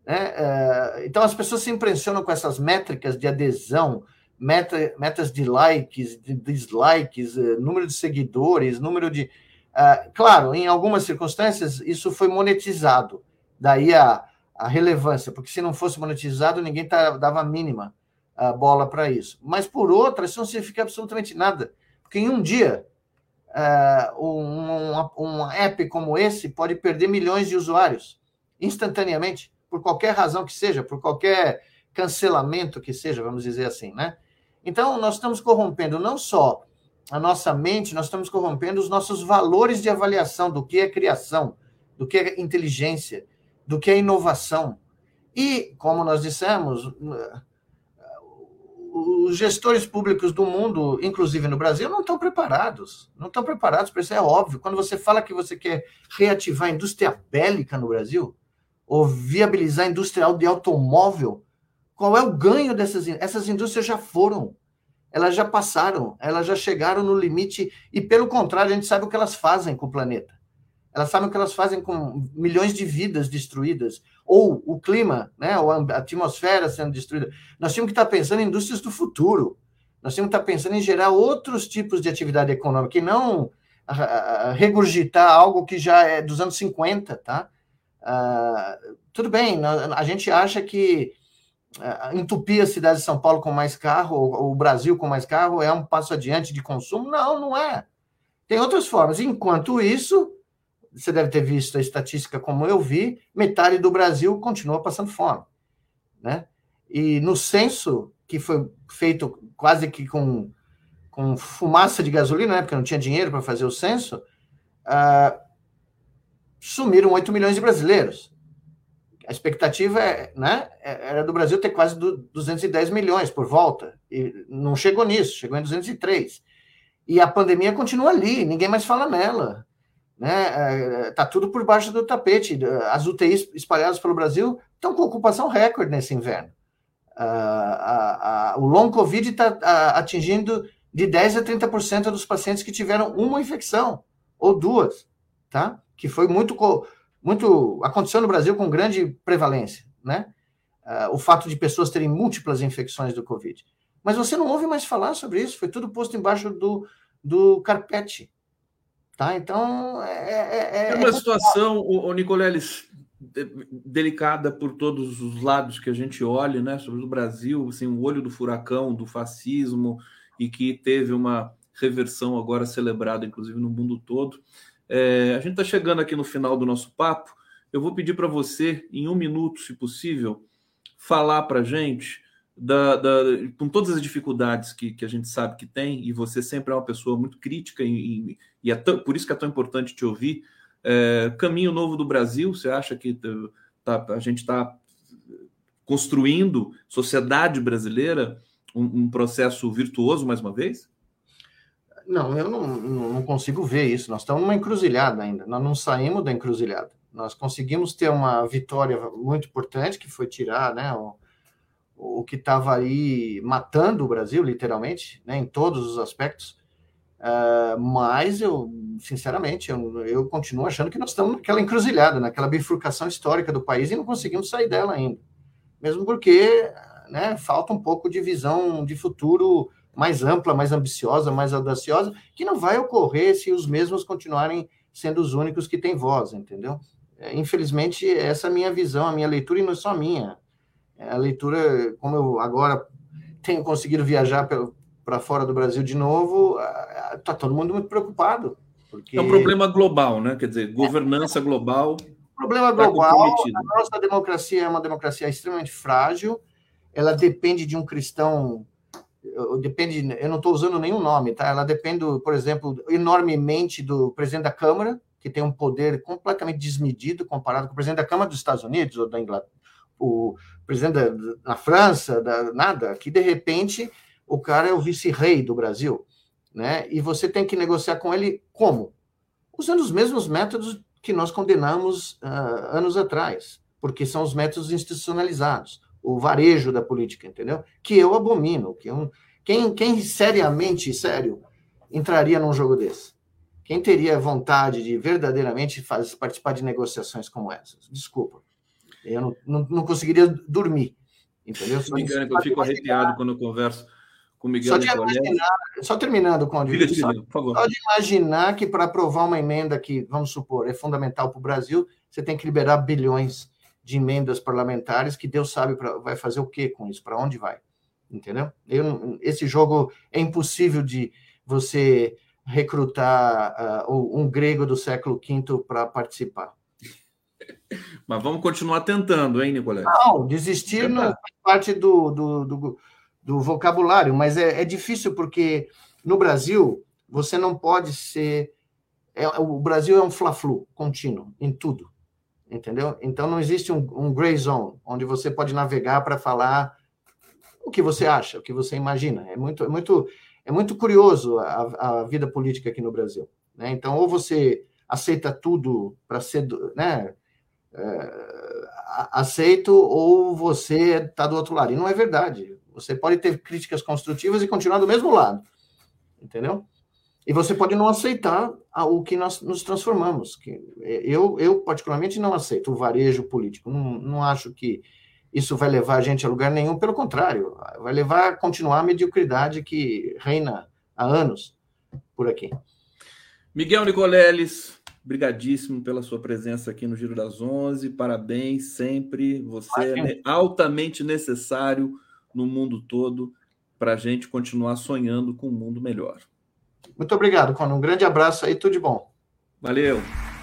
Então as pessoas se impressionam com essas métricas de adesão, metas de likes, de dislikes, número de seguidores, número de... claro, em algumas circunstâncias, isso foi monetizado. Daí a relevância, porque se não fosse monetizado, ninguém dava a mínima bola para isso. Mas, por outra, isso não significa absolutamente nada. Porque em um dia, um app como esse pode perder milhões de usuários, instantaneamente, por qualquer razão que seja, por qualquer cancelamento que seja, vamos dizer assim, né? Então, nós estamos corrompendo não só a nossa mente, nós estamos corrompendo os nossos valores de avaliação do que é criação, do que é inteligência, do que é inovação. E, como nós dissemos, os gestores públicos do mundo, inclusive no Brasil, não estão preparados. Não estão preparados para isso, é óbvio. Quando você fala que você quer reativar a indústria bélica no Brasil, ou viabilizar a indústria de automóvel, qual é o ganho dessas? Essas indústrias já foram, elas já passaram, elas já chegaram no limite, e pelo contrário, a gente sabe o que elas fazem com o planeta. Elas sabem o que elas fazem com milhões de vidas destruídas, ou o clima, né, ou a atmosfera sendo destruída. Nós tínhamos que estar pensando em indústrias do futuro, nós tínhamos que estar pensando em gerar outros tipos de atividade econômica, e não regurgitar algo que já é dos anos 50, tá? Tudo bem, a gente acha que entupir a cidade de São Paulo com mais carro, ou o Brasil com mais carro, é um passo adiante de consumo? Não, não é. Tem outras formas. Enquanto isso, você deve ter visto a estatística como eu vi, metade do Brasil continua passando fome, né? E no censo, que foi feito quase que com fumaça de gasolina, né, porque não tinha dinheiro para fazer o censo, sumiram 8 milhões de brasileiros. A expectativa era do Brasil ter quase 210 milhões por volta. E não chegou nisso, chegou em 203. E a pandemia continua ali, ninguém mais fala nela. Está tudo por baixo do tapete. As UTIs espalhadas pelo Brasil estão com ocupação recorde nesse inverno. O long Covid está atingindo de 10% a 30% dos pacientes que tiveram uma infecção, ou duas, tá? Que foi muito aconteceu no Brasil com grande prevalência, né? O fato de pessoas terem múltiplas infecções do Covid. Mas você não ouve mais falar sobre isso, foi tudo posto embaixo do carpete, tá? Então, é uma situação, o Nicoleles, delicada por todos os lados que a gente olha, né? Sobre o Brasil, assim, o olho do furacão, do fascismo, e que teve uma reversão agora celebrada, inclusive, no mundo todo. A gente está chegando aqui no final do nosso papo. Eu vou pedir para você, em 1 minuto, se possível, falar para a gente, com todas as dificuldades que a gente sabe que tem, e você sempre é uma pessoa muito crítica, e por isso que é tão importante te ouvir. Caminho novo do Brasil, você acha que a gente está construindo, sociedade brasileira, um processo virtuoso, mais uma vez? Não, eu não consigo ver isso. Nós estamos numa encruzilhada ainda. Nós não saímos da encruzilhada. Nós conseguimos ter uma vitória muito importante, que foi tirar, né, o que estava aí matando o Brasil, literalmente, né, em todos os aspectos. Mas eu, sinceramente, eu continuo achando que nós estamos naquela encruzilhada, naquela bifurcação histórica do país e não conseguimos sair dela ainda. Mesmo porque, né, falta um pouco de visão de futuro mais ampla, mais ambiciosa, mais audaciosa, que não vai ocorrer se os mesmos continuarem sendo os únicos que têm voz, entendeu? Infelizmente, essa é a minha visão, a minha leitura, e não é só a minha. A leitura, como eu agora tenho conseguido viajar para fora do Brasil de novo, está todo mundo muito preocupado. Porque é um problema global, né? Quer dizer, governança global. Problema global, a nossa democracia é uma democracia extremamente frágil, ela depende de um cristão, eu não estou usando nenhum nome, tá? Ela depende, por exemplo, enormemente do presidente da Câmara, que tem um poder completamente desmedido comparado com o presidente da Câmara dos Estados Unidos ou da Inglaterra, o presidente da França, nada, que de repente o cara é o vice-rei do Brasil, né? E você tem que negociar com ele como? Usando os mesmos métodos que nós condenamos anos atrás, porque são os métodos institucionalizados, o varejo da política, entendeu? Que eu abomino. Quem seriamente, sério, entraria num jogo desse? Quem teria vontade de verdadeiramente participar de negociações como essas? Desculpa. Eu não conseguiria dormir, entendeu? Eu fico arrepiado quando eu converso com o Miguel Nicolelli. Só terminando, Conde. Por favor. Só de imaginar que para aprovar uma emenda que, vamos supor, é fundamental para o Brasil, você tem que liberar bilhões de emendas parlamentares, que Deus sabe vai fazer o quê com isso, para onde vai, entendeu? Esse jogo é impossível de você recrutar um grego do século V para participar. Mas vamos continuar tentando, hein, Nicolé? Não, desistir não faz parte do vocabulário, mas é difícil porque no Brasil você não pode ser... o Brasil é um fla-flu contínuo em tudo, entendeu? Então não existe um gray zone, onde você pode navegar para falar o que você acha, o que você imagina. É muito curioso a vida política aqui no Brasil, né? Então, ou você aceita tudo para ser, né, aceito, ou você está do outro lado. E não é verdade. Você pode ter críticas construtivas e continuar do mesmo lado, entendeu? E você pode não aceitar o que nós nos transformamos. Eu particularmente, não aceito o varejo político. Não acho que isso vai levar a gente a lugar nenhum. Pelo contrário, vai levar a continuar a mediocridade que reina há anos por aqui. Miguel Nicoleles, brigadíssimo pela sua presença aqui no Giro das 11. Parabéns sempre. Você é altamente necessário no mundo todo para a gente continuar sonhando com um mundo melhor. Muito obrigado, Conan. Um grande abraço aí, tudo de bom. Valeu.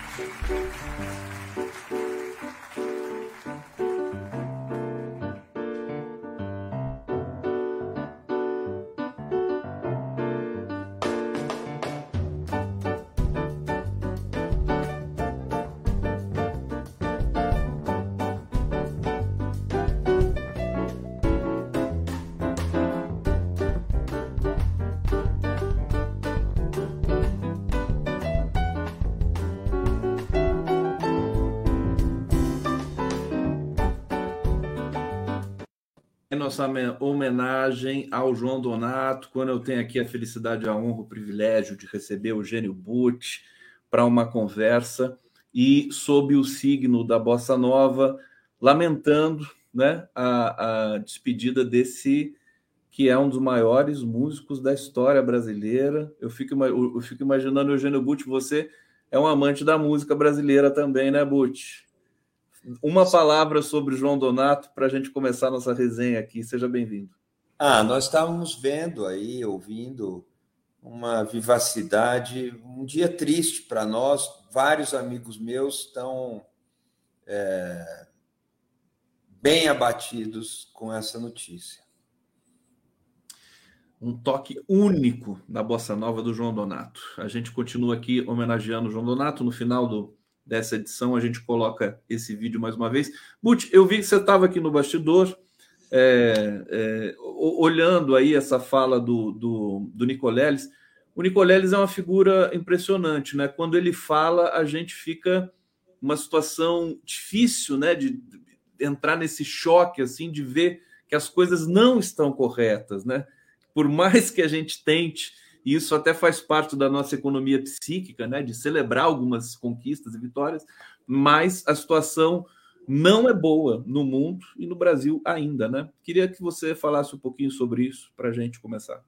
Nossa homenagem ao João Donato, quando eu tenho aqui a felicidade, a honra, o privilégio de receber o Eugênio Butti para uma conversa, e sob o signo da Bossa Nova, lamentando, né, a despedida desse que é um dos maiores músicos da história brasileira. Eu fico imaginando, Eugênio Butti, você é um amante da música brasileira também, né, Butti? Uma palavra sobre o João Donato para a gente começar nossa resenha aqui. Seja bem-vindo. Nós estávamos vendo aí, ouvindo uma vivacidade, um dia triste para nós. Vários amigos meus estão bem abatidos com essa notícia. Um toque único da Bossa Nova do João Donato. A gente continua aqui homenageando o João Donato. No final dessa edição, a gente coloca esse vídeo mais uma vez. Butch, eu vi que você estava aqui no bastidor, olhando aí essa fala do Nicoleles. O Nicoleles é uma figura impressionante, né? Quando ele fala, a gente fica numa situação difícil, né? De entrar nesse choque, assim, de ver que as coisas não estão corretas, né? Por mais que a gente tente, e isso até faz parte da nossa economia psíquica, né? De celebrar algumas conquistas e vitórias, mas a situação não é boa no mundo e no Brasil ainda, né? Queria que você falasse um pouquinho sobre isso para a gente começar.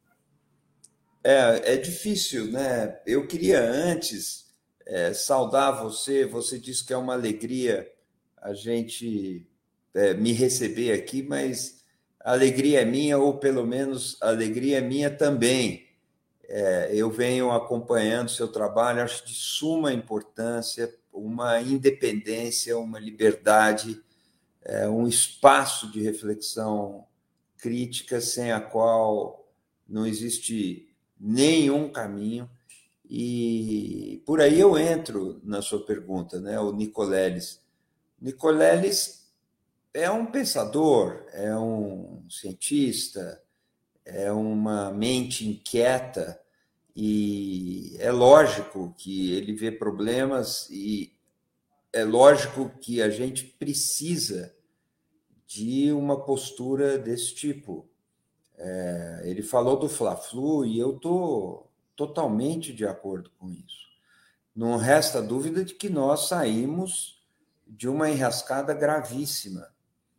É difícil, né? Eu queria antes saudar você. Você disse que é uma alegria a gente me receber aqui, mas a alegria é minha, ou pelo menos a alegria é minha também. Eu venho acompanhando seu trabalho, acho de suma importância, uma independência, uma liberdade, um espaço de reflexão crítica sem a qual não existe nenhum caminho. E por aí eu entro na sua pergunta, né? O Nicoleles. Nicoleles é um pensador, é um cientista, é uma mente inquieta, e é lógico que ele vê problemas, e é lógico que a gente precisa de uma postura desse tipo. Ele falou do Fla-Flu e eu estou totalmente de acordo com isso. Não resta dúvida de que nós saímos de uma enrascada gravíssima.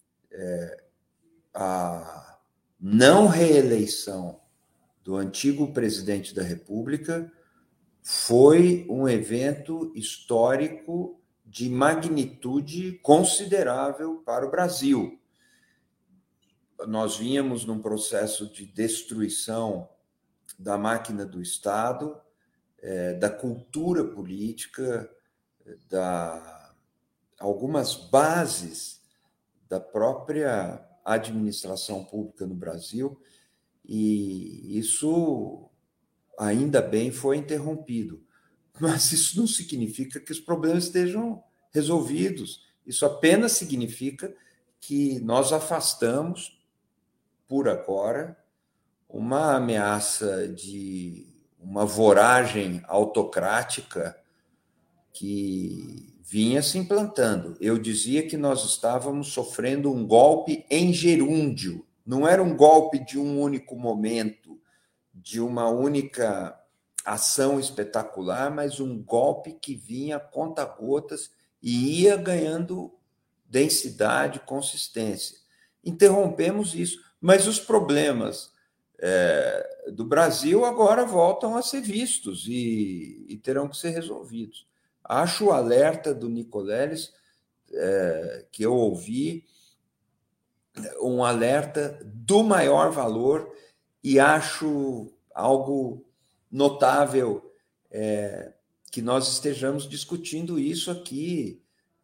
A não reeleição do antigo presidente da República foi um evento histórico de magnitude considerável para o Brasil. Nós vínhamos num processo de destruição da máquina do Estado, da cultura política, algumas bases da própria administração pública no Brasil, e isso, ainda bem, foi interrompido. Mas isso não significa que os problemas estejam resolvidos. Isso apenas significa que nós afastamos, por agora, uma ameaça de uma voragem autocrática que vinha se implantando. Eu dizia que nós estávamos sofrendo um golpe em gerúndio. Não era um golpe de um único momento, de uma única ação espetacular, mas um golpe que vinha a conta-gotas e ia ganhando densidade, consistência. Interrompemos isso, mas os problemas do Brasil agora voltam a ser vistos e terão que ser resolvidos. Acho o alerta do Nicoleles, que eu ouvi, um alerta do maior valor, e acho algo notável que nós estejamos discutindo isso aqui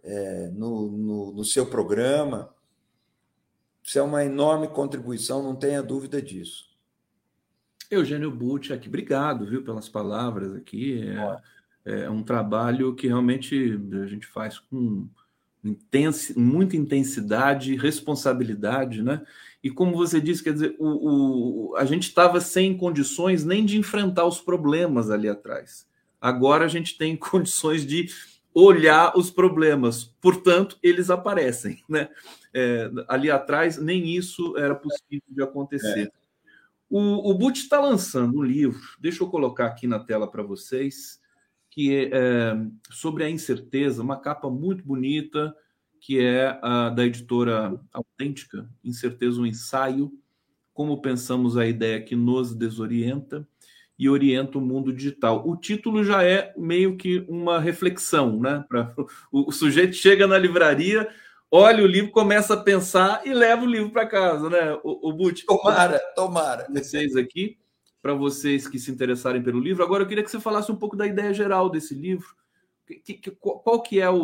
no seu programa. Isso é uma enorme contribuição, não tenha dúvida disso. Eugênio Butch aqui, obrigado, viu, pelas palavras aqui. É um trabalho que realmente a gente faz com muita intensidade e responsabilidade, né? E como você disse, quer dizer, a gente estava sem condições nem de enfrentar os problemas ali atrás. Agora a gente tem condições de olhar os problemas, portanto, eles aparecem, né? Ali atrás, nem isso era possível de acontecer. O Butch está lançando um livro, deixa eu colocar aqui na tela para vocês, que é sobre a incerteza, uma capa muito bonita, que é da editora Autêntica, Incerteza, um ensaio, como pensamos a ideia que nos desorienta e orienta o mundo digital. O título já é meio que uma reflexão, né? O sujeito chega na livraria, olha o livro, começa a pensar e leva o livro para casa, né? O Butch, Tomara. Vocês aqui, para vocês que se interessarem pelo livro. Agora eu queria que você falasse um pouco da ideia geral desse livro. Qual que é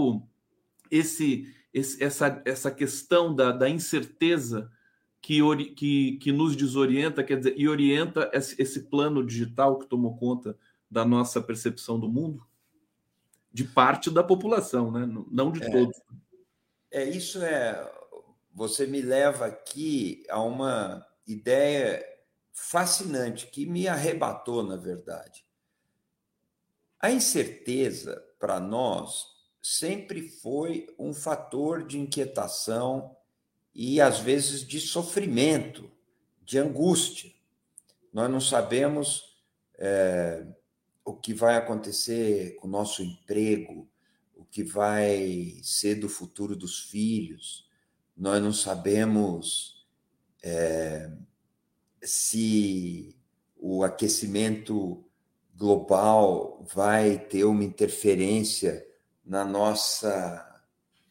essa questão da incerteza que nos desorienta, quer dizer, e orienta esse plano digital que tomou conta da nossa percepção do mundo? de parte da população, né? Não de todos. Você me leva aqui a uma ideia fascinante que me arrebatou, na verdade. A incerteza, para nós, sempre foi um fator de inquietação e, às vezes, de sofrimento, de angústia. Nós não sabemos o que vai acontecer com o nosso emprego, o que vai ser do futuro dos filhos. Nós não sabemos se o aquecimento global vai ter uma interferência na nossa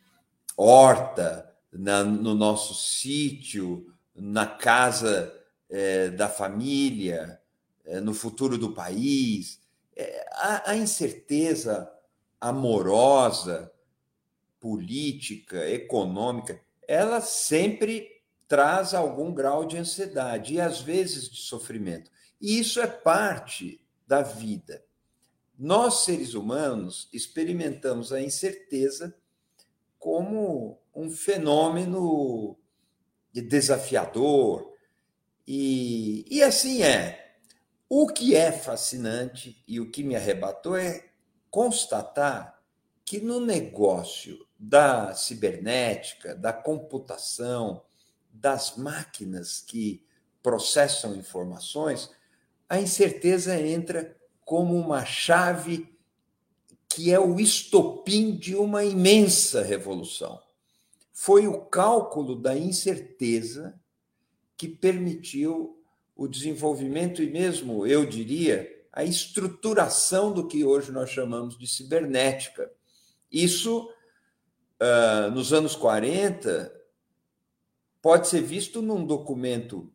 horta, no nosso sítio, na casa da família, no futuro do país. A incerteza amorosa, política, econômica, ela sempre traz algum grau de ansiedade e, às vezes, de sofrimento. E isso é parte da vida. Nós, seres humanos, experimentamos a incerteza como um fenômeno desafiador. E assim é. O que é fascinante e o que me arrebatou é constatar que no negócio da cibernética, da computação, das máquinas que processam informações, a incerteza entra como uma chave que é o estopim de uma imensa revolução. Foi o cálculo da incerteza que permitiu o desenvolvimento e mesmo, eu diria, a estruturação do que hoje nós chamamos de cibernética. Isso, nos anos 40, pode ser visto num documento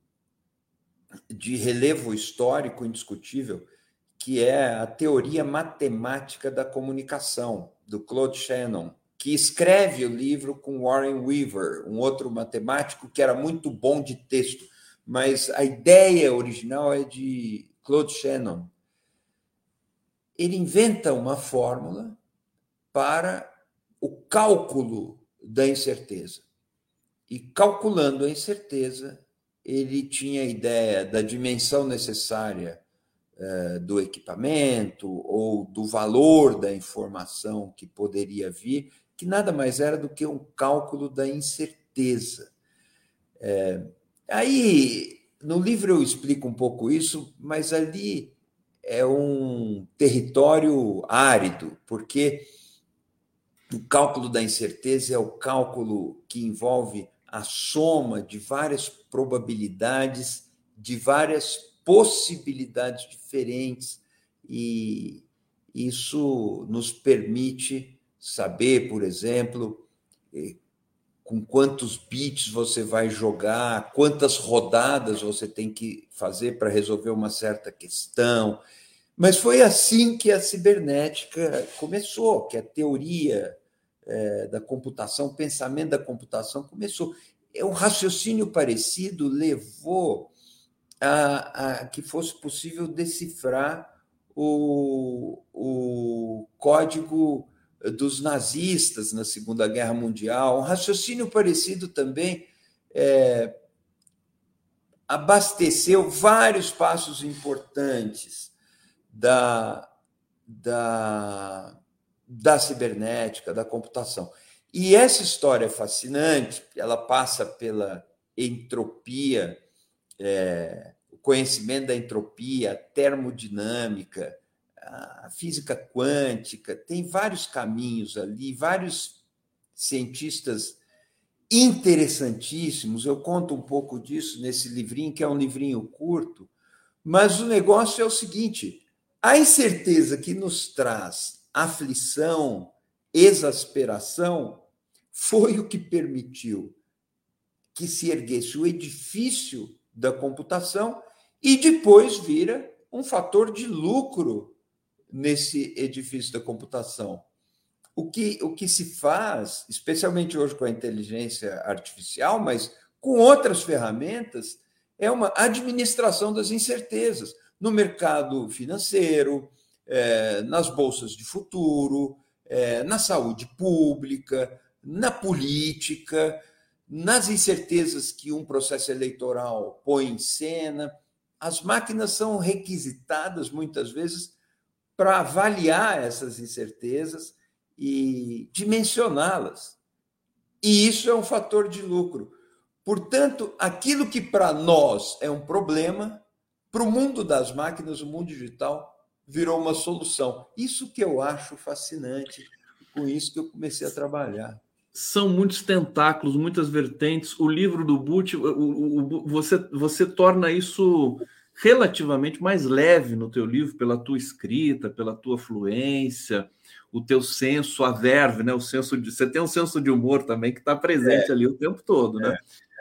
de relevo histórico indiscutível, que é a teoria matemática da comunicação, do Claude Shannon, que escreve o livro com Warren Weaver, um outro matemático que era muito bom de texto, mas a ideia original é de Claude Shannon. Ele inventa uma fórmula para o cálculo da incerteza. E calculando a incerteza, ele tinha a ideia da dimensão necessária do equipamento ou do valor da informação que poderia vir, que nada mais era do que um cálculo da incerteza. Aí, no livro eu explico um pouco isso, mas ali é um território árido, porque o cálculo da incerteza é o cálculo que envolve a soma de várias probabilidades, de várias possibilidades diferentes, e isso nos permite saber, por exemplo, com quantos bits você vai jogar, quantas rodadas você tem que fazer para resolver uma certa questão. Mas foi assim que a cibernética começou, que a teoria da computação, o pensamento da computação começou. Um raciocínio parecido levou a que fosse possível decifrar o código dos nazistas na Segunda Guerra Mundial. Um raciocínio parecido também abasteceu vários passos importantes da cibernética, da computação. E essa história é fascinante, ela passa pela entropia, o conhecimento da entropia, a termodinâmica, a física quântica, tem vários caminhos ali, vários cientistas interessantíssimos. Eu conto um pouco disso nesse livrinho, que é um livrinho curto, mas o negócio é o seguinte: a incerteza que nos traz aflição, exasperação, foi o que permitiu que se erguesse o edifício da computação e depois vira um fator de lucro nesse edifício da computação. O que se faz, especialmente hoje com a inteligência artificial, mas com outras ferramentas, é uma administração das incertezas no mercado financeiro, nas bolsas de futuro, na saúde pública, na política, nas incertezas que um processo eleitoral põe em cena. As máquinas são requisitadas, muitas vezes, para avaliar essas incertezas e dimensioná-las. E isso é um fator de lucro. Portanto, aquilo que para nós é um problema, para o mundo das máquinas, o mundo digital, virou uma solução. Isso que eu acho fascinante, com isso que eu comecei a trabalhar. São muitos tentáculos, muitas vertentes. O livro do Butch, você torna isso relativamente mais leve no teu livro, pela tua escrita, pela tua fluência, o teu senso, a verve, né? Você tem um senso de humor também que está presente ali o tempo todo, né?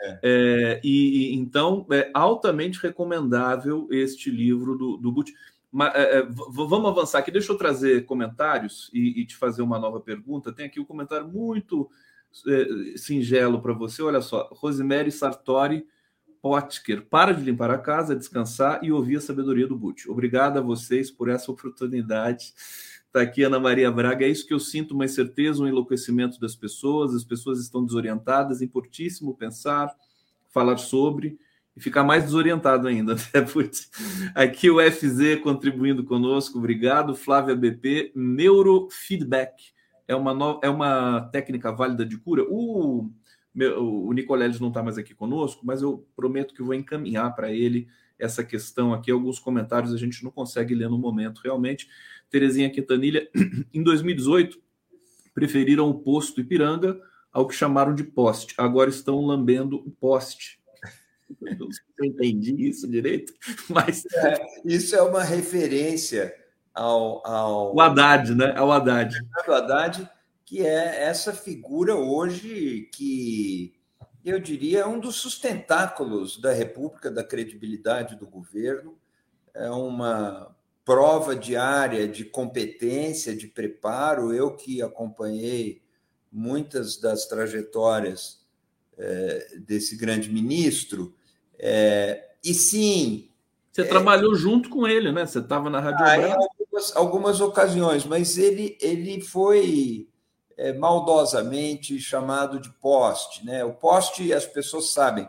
Então, é altamente recomendável este livro do Butch. Vamos avançar aqui. Deixa eu trazer comentários e te fazer uma nova pergunta. Tem aqui um comentário muito singelo para você. Olha só, Rosemary Sartori Potker. Para de limpar a casa, descansar e ouvir a sabedoria do Butch. Obrigado a vocês por essa oportunidade. Está aqui Ana Maria Braga. É isso que eu sinto, uma incerteza, um enlouquecimento das pessoas. As pessoas estão desorientadas. É importantíssimo pensar, falar sobre e ficar mais desorientado ainda. Aqui o FZ contribuindo conosco. Obrigado. Flávia BP. Neurofeedback. É uma técnica válida de cura? O Nicoleles não está mais aqui conosco, mas eu prometo que vou encaminhar para ele essa questão aqui. Alguns comentários a gente não consegue ler no momento, realmente. Terezinha Quintanilha, em 2018, preferiram o posto Ipiranga ao que chamaram de poste. Agora estão lambendo o poste. Eu não entendi isso direito, mas... Isso é uma referência ao Haddad, né? Ao Haddad. O Haddad, que é essa figura hoje que, eu diria, é um dos sustentáculos da República, da credibilidade do governo. É uma prova diária de competência, de preparo. Eu que acompanhei muitas das trajetórias desse grande ministro, e sim... Você trabalhou junto com ele, né? Você estava na Rádio Abrão. Em algumas ocasiões, mas ele foi maldosamente chamado de poste, né? O poste, as pessoas sabem,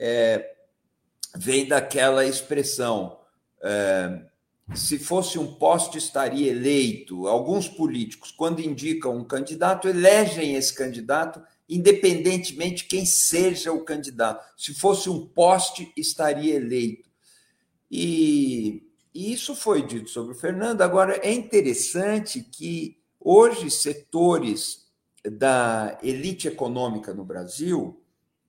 vem daquela expressão, se fosse um poste, estaria eleito. Alguns políticos, quando indicam um candidato, elegem esse candidato, independentemente quem seja o candidato. Se fosse um poste, estaria eleito. E isso foi dito sobre o Fernando. Agora, é interessante que hoje setores da elite econômica no Brasil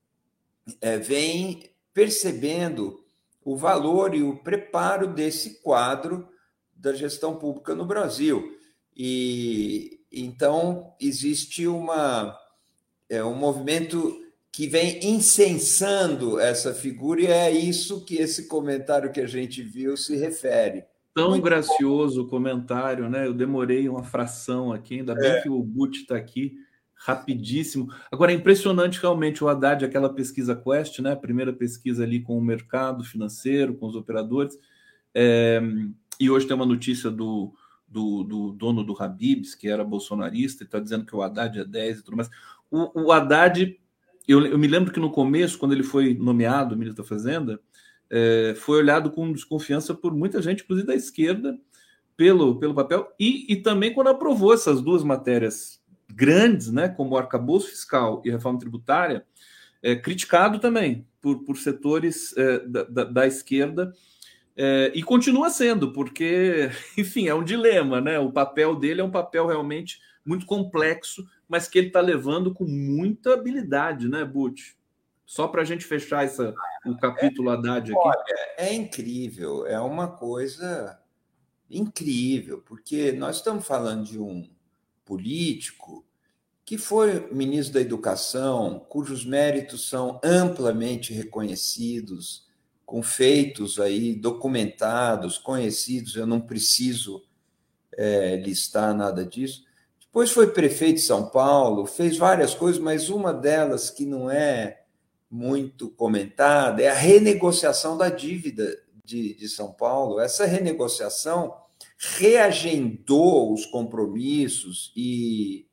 vêm percebendo o valor e o preparo desse quadro da gestão pública no Brasil. E então existe um movimento que vem incensando essa figura, e é isso que esse comentário que a gente viu se refere. Tão muito gracioso o comentário, né? Eu demorei uma fração aqui, ainda bem que o Butch está aqui, rapidíssimo. Agora, é impressionante realmente o Haddad, aquela pesquisa Quest, né? A primeira pesquisa ali com o mercado financeiro, com os operadores, e hoje tem uma notícia do dono do Habib's, que era bolsonarista, e está dizendo que o Haddad é 10 e tudo mais. O Haddad... Eu me lembro que no começo, quando ele foi nomeado ministro da Fazenda, foi olhado com desconfiança por muita gente, inclusive da esquerda, pelo papel, e também quando aprovou essas duas matérias grandes, né, como o arcabouço fiscal e a reforma tributária, criticado também por setores da esquerda, e continua sendo, porque, enfim, é um dilema, né? O papel dele é um papel realmente muito complexo, mas que ele está levando com muita habilidade, né, Butch? Só para a gente fechar o capítulo Haddad aqui. Olha, é incrível, é uma coisa incrível, porque nós estamos falando de um político que foi ministro da Educação, cujos méritos são amplamente reconhecidos, com feitos aí documentados, conhecidos, eu não preciso listar nada disso. Depois foi prefeito de São Paulo, fez várias coisas, mas uma delas que não é muito comentada é a renegociação da dívida de São Paulo. Essa renegociação reagendou os compromissos e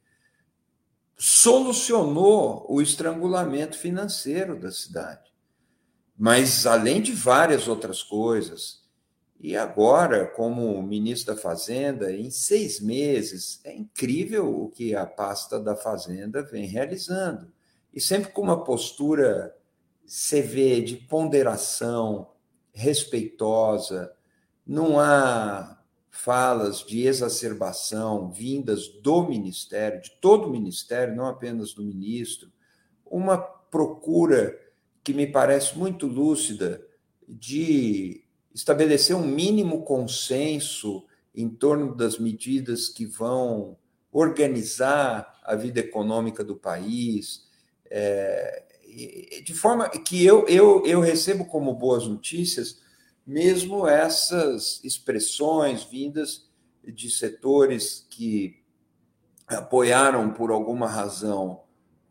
solucionou o estrangulamento financeiro da cidade. Mas, além de várias outras coisas, e agora, como ministro da Fazenda, em 6 meses, é incrível o que a pasta da Fazenda vem realizando. E sempre com uma postura, você vê, de ponderação, respeitosa, não há falas de exacerbação vindas do Ministério, de todo o Ministério, não apenas do ministro, uma procura que me parece muito lúcida de estabelecer um mínimo consenso em torno das medidas que vão organizar a vida econômica do país, de forma que eu recebo como boas notícias mesmo essas expressões vindas de setores que apoiaram, por alguma razão,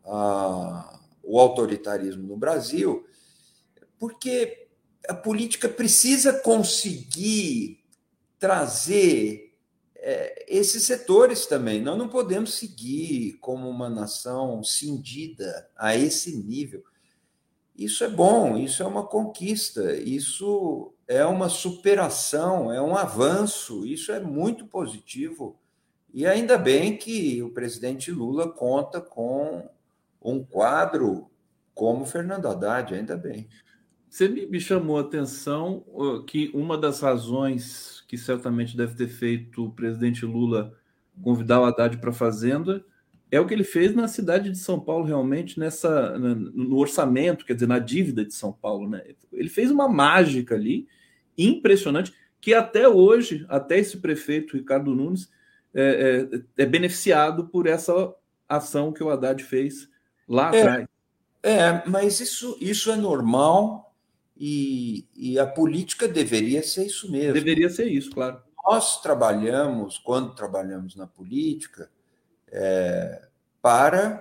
o autoritarismo no Brasil, porque a política precisa conseguir trazer esses setores também. Nós não podemos seguir como uma nação cindida a esse nível. Isso é bom, isso é uma conquista, isso é uma superação, é um avanço, isso é muito positivo. E ainda bem que o presidente Lula conta com um quadro como Fernando Haddad, ainda bem. Você me chamou a atenção que uma das razões que certamente deve ter feito o presidente Lula convidar o Haddad para a Fazenda é o que ele fez na cidade de São Paulo, realmente, no orçamento, quer dizer, na dívida de São Paulo, né? Ele fez uma mágica ali, impressionante, que até hoje, até esse prefeito, Ricardo Nunes, é beneficiado por essa ação que o Haddad fez lá atrás. Mas isso é normal e a política deveria ser isso mesmo. Deveria ser isso, claro. Nós trabalhamos, quando trabalhamos na política, para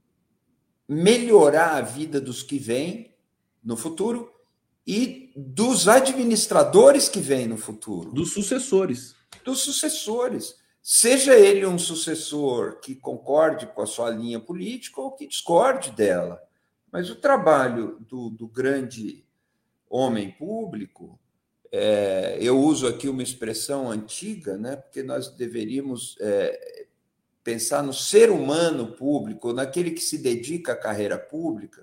melhorar a vida dos que vêm no futuro e dos administradores que vêm no futuro. Dos sucessores. Dos sucessores. Seja ele um sucessor que concorde com a sua linha política ou que discorde dela. Mas o trabalho do grande homem público, eu uso aqui uma expressão antiga, né, porque nós deveríamos pensar no ser humano público, naquele que se dedica à carreira pública.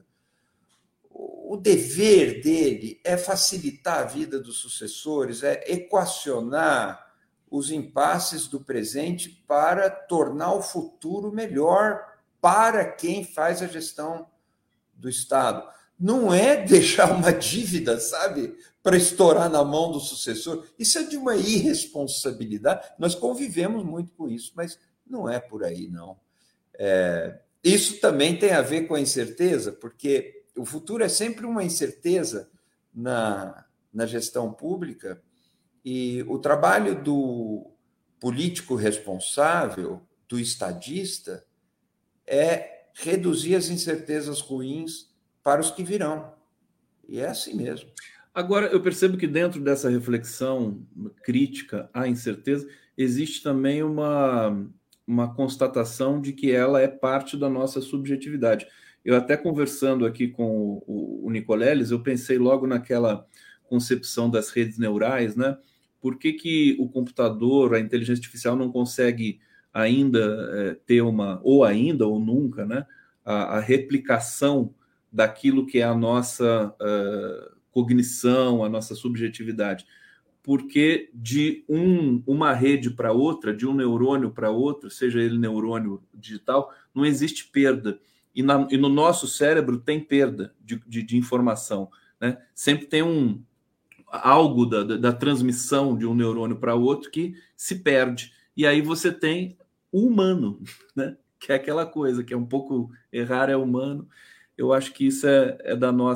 O dever dele é facilitar a vida dos sucessores, é equacionar os impasses do presente para tornar o futuro melhor para quem faz a gestão do Estado. Não é deixar uma dívida, sabe, para estourar na mão do sucessor. Isso é de uma irresponsabilidade. Nós convivemos muito com isso, mas não é por aí, não. Isso também tem a ver com a incerteza, porque o futuro é sempre uma incerteza na gestão pública, e o trabalho do político responsável, do estadista, é reduzir as incertezas ruins para os que virão. E é assim mesmo. Agora, eu percebo que dentro dessa reflexão crítica à incerteza, existe também uma constatação de que ela é parte da nossa subjetividade. Eu até conversando aqui com o Nicoleles, eu pensei logo naquela concepção das redes neurais, né? Por que o computador, a inteligência artificial não consegue ainda ter ou nunca, né, a replicação daquilo que é a nossa cognição, a nossa subjetividade? Porque de uma rede para outra, de um neurônio para outro, seja ele neurônio digital, não existe perda. E no nosso cérebro tem perda de informação, né? Sempre tem algo da transmissão de um neurônio para outro que se perde. E aí você tem o humano, né? Que é aquela coisa que é um pouco errar é humano. Eu acho que isso é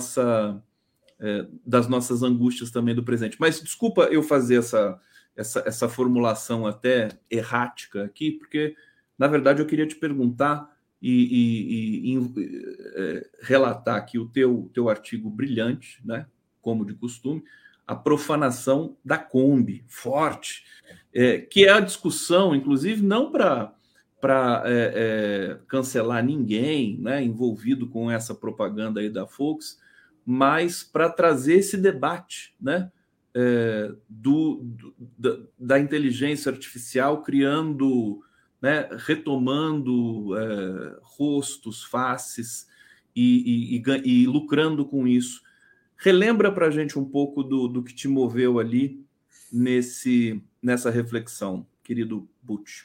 das nossas angústias também do presente. Mas desculpa eu fazer essa formulação até errática aqui, porque, na verdade, eu queria te perguntar e relatar aqui o teu artigo brilhante, né, como de costume, a profanação da Kombi, forte, que é a discussão, inclusive, não para cancelar ninguém, né, envolvido com essa propaganda aí da Volks, mas para trazer esse debate, né, da inteligência artificial criando, né, retomando rostos, faces e lucrando com isso. Relembra para a gente um pouco do que te moveu ali nessa reflexão, querido Butch.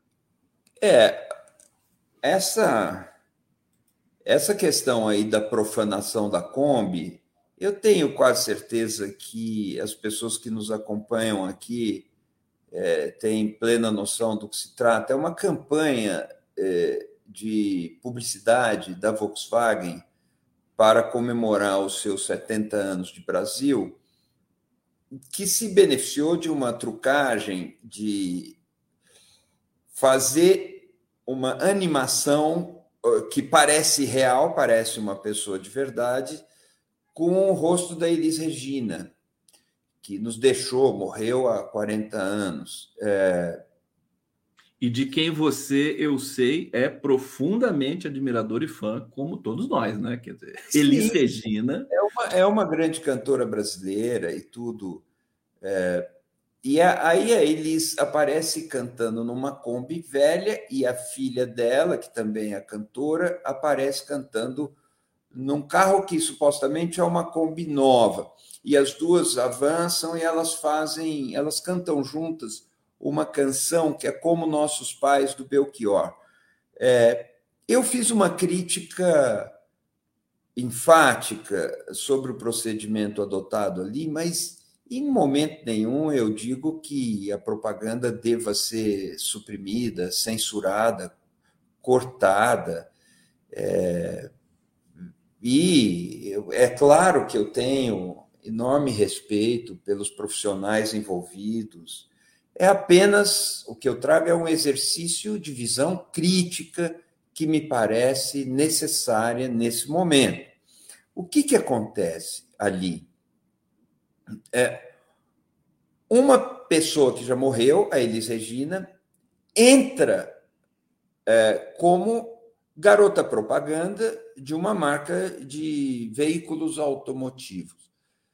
Essa questão aí da profanação da Kombi, eu tenho quase certeza que as pessoas que nos acompanham aqui têm plena noção do que se trata. É uma campanha de publicidade da Volkswagen para comemorar os seus 70 anos de Brasil, que se beneficiou de uma trucagem de fazer uma animação que parece real, parece uma pessoa de verdade, com o rosto da Elis Regina, que nos deixou, morreu há 40 anos. E de quem você, eu sei, é profundamente admirador e fã, como todos nós, né? Quer dizer, Elis Regina... É uma grande cantora brasileira e tudo. E aí a Elis aparece cantando numa Kombi velha e a filha dela, que também é cantora, aparece cantando num carro que supostamente é uma Kombi nova. E as duas avançam e elas cantam juntas uma canção que é Como Nossos Pais, do Belchior. Eu fiz uma crítica enfática sobre o procedimento adotado ali, mas em momento nenhum eu digo que a propaganda deva ser suprimida, censurada, cortada. E é claro que eu tenho enorme respeito pelos profissionais envolvidos. Apenas o que eu trago é um exercício de visão crítica que me parece necessária nesse momento. O que acontece ali? Uma pessoa que já morreu, a Elis Regina, entra como garota propaganda de uma marca de veículos automotivos.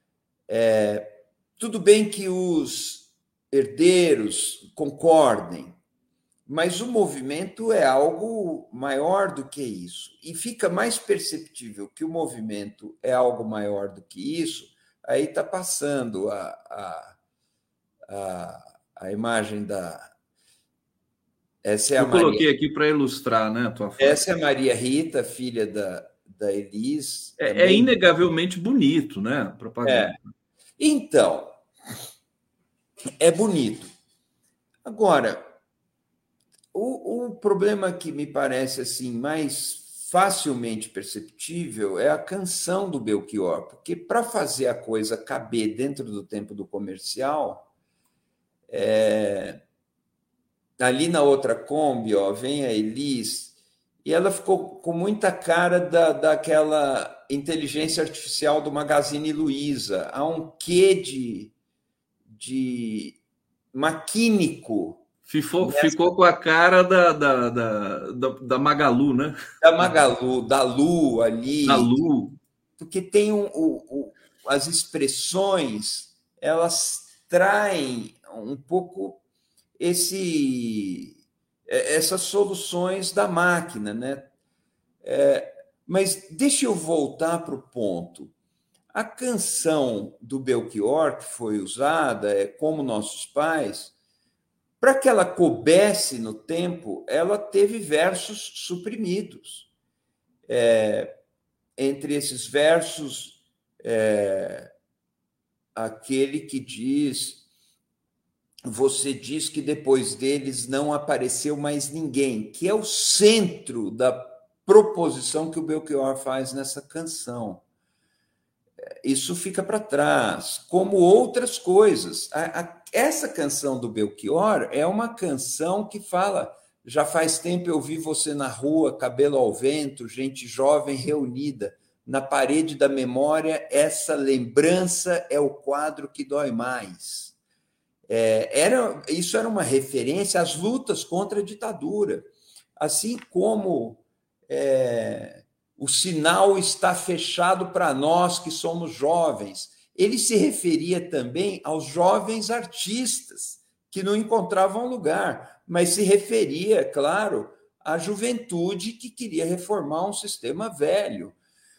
Tudo bem que os herdeiros concordem, mas o movimento é algo maior do que isso. E fica mais perceptível que o movimento é algo maior do que isso, aí está passando a imagem da... Essa é a Maria... coloquei aqui para ilustrar, né, a tua foto. Essa é a Maria Rita, filha da Elis. É inegavelmente bonito, né? A propaganda. Então, é bonito. Agora, o problema que me parece assim mais facilmente perceptível é a canção do Belchior, porque para fazer a coisa caber dentro do tempo do comercial, ali na outra Kombi, vem a Elis, e ela ficou com muita cara daquela inteligência artificial do Magazine Luiza. Há um quê de maquínico. Ficou com a cara da Magalu, né? Da Magalu, da Lu ali. Da Lu. Porque tem as expressões, elas traem um pouco essas soluções da máquina, né? Mas deixa eu voltar para o ponto. A canção do Belchior, que foi usada, Como Nossos Pais, para que ela coubesse no tempo, ela teve versos suprimidos. Entre esses versos, aquele que diz: você diz que depois deles não apareceu mais ninguém, que é o centro da proposição que o Belchior faz nessa canção. Isso fica para trás, como outras coisas. Essa canção do Belchior é uma canção que fala: já faz tempo eu vi você na rua, cabelo ao vento, gente jovem reunida. na parede da memória, essa lembrança é o quadro que dói mais. Isso era uma referência às lutas contra a ditadura, assim como o sinal está fechado para nós que somos jovens. Ele se referia também aos jovens artistas que não encontravam lugar, mas se referia, claro, à juventude que queria reformar um sistema velho.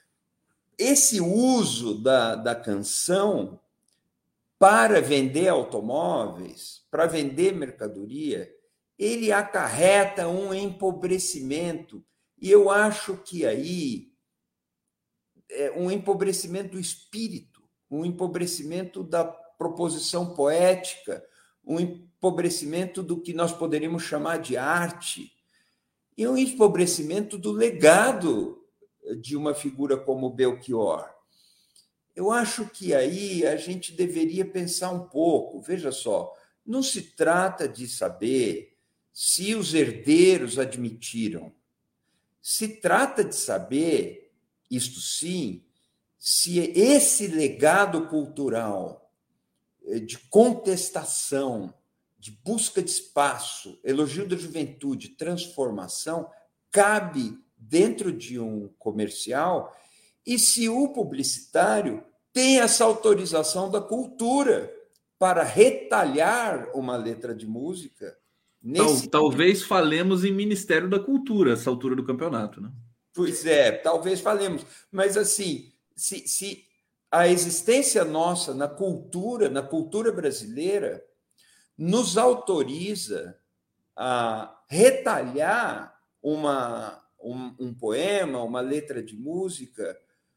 Esse uso da canção para vender automóveis, para vender mercadoria, ele acarreta um empobrecimento. E eu acho que aí é um empobrecimento do espírito, um empobrecimento da proposição poética, um empobrecimento do que nós poderíamos chamar de arte, e um empobrecimento do legado de uma figura como Belchior. Eu acho que aí a gente deveria pensar um pouco. Veja só, não se trata de saber se os herdeiros admitiram. Se trata de saber, isto sim, se esse legado cultural de contestação, de busca de espaço, elogio da juventude, transformação, cabe dentro de um comercial, e se o publicitário tem essa autorização da cultura para retalhar uma letra de música. Talvez falemos em Ministério da Cultura, essa altura do campeonato, né? Pois é, talvez falemos. Mas, assim, se a existência nossa na cultura brasileira, nos autoriza a retalhar um poema, uma letra de música,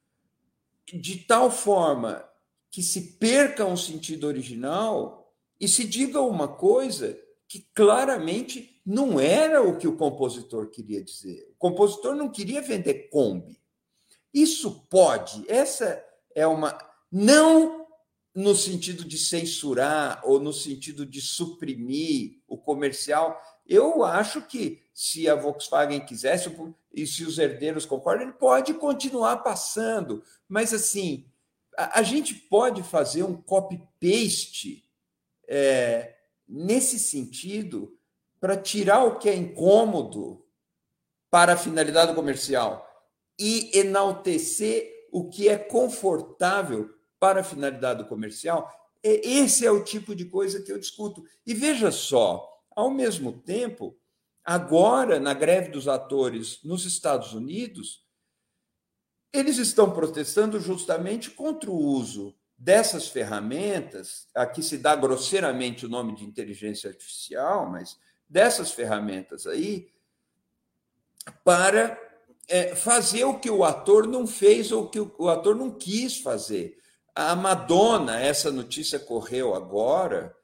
de tal forma que se perca um sentido original e se diga uma coisa que claramente não era o que o compositor queria dizer. O compositor não queria vender Kombi. Isso pode, essa é uma... Não no sentido de censurar ou no sentido de suprimir o comercial. Eu acho que se a Volkswagen quisesse, e se os herdeiros concordam, ele pode continuar passando. Mas, assim, a gente pode fazer um copy-paste nesse sentido para tirar o que é incômodo para a finalidade comercial e enaltecer o que é confortável para a finalidade comercial. Esse é o tipo de coisa que eu discuto. E veja só, ao mesmo tempo, agora, na greve dos atores nos Estados Unidos, eles estão protestando justamente contra o uso dessas ferramentas, aqui se dá grosseiramente o nome de inteligência artificial, mas dessas ferramentas aí, para fazer o que o ator não fez ou o que o ator não quis fazer. A Madonna, essa notícia correu agora,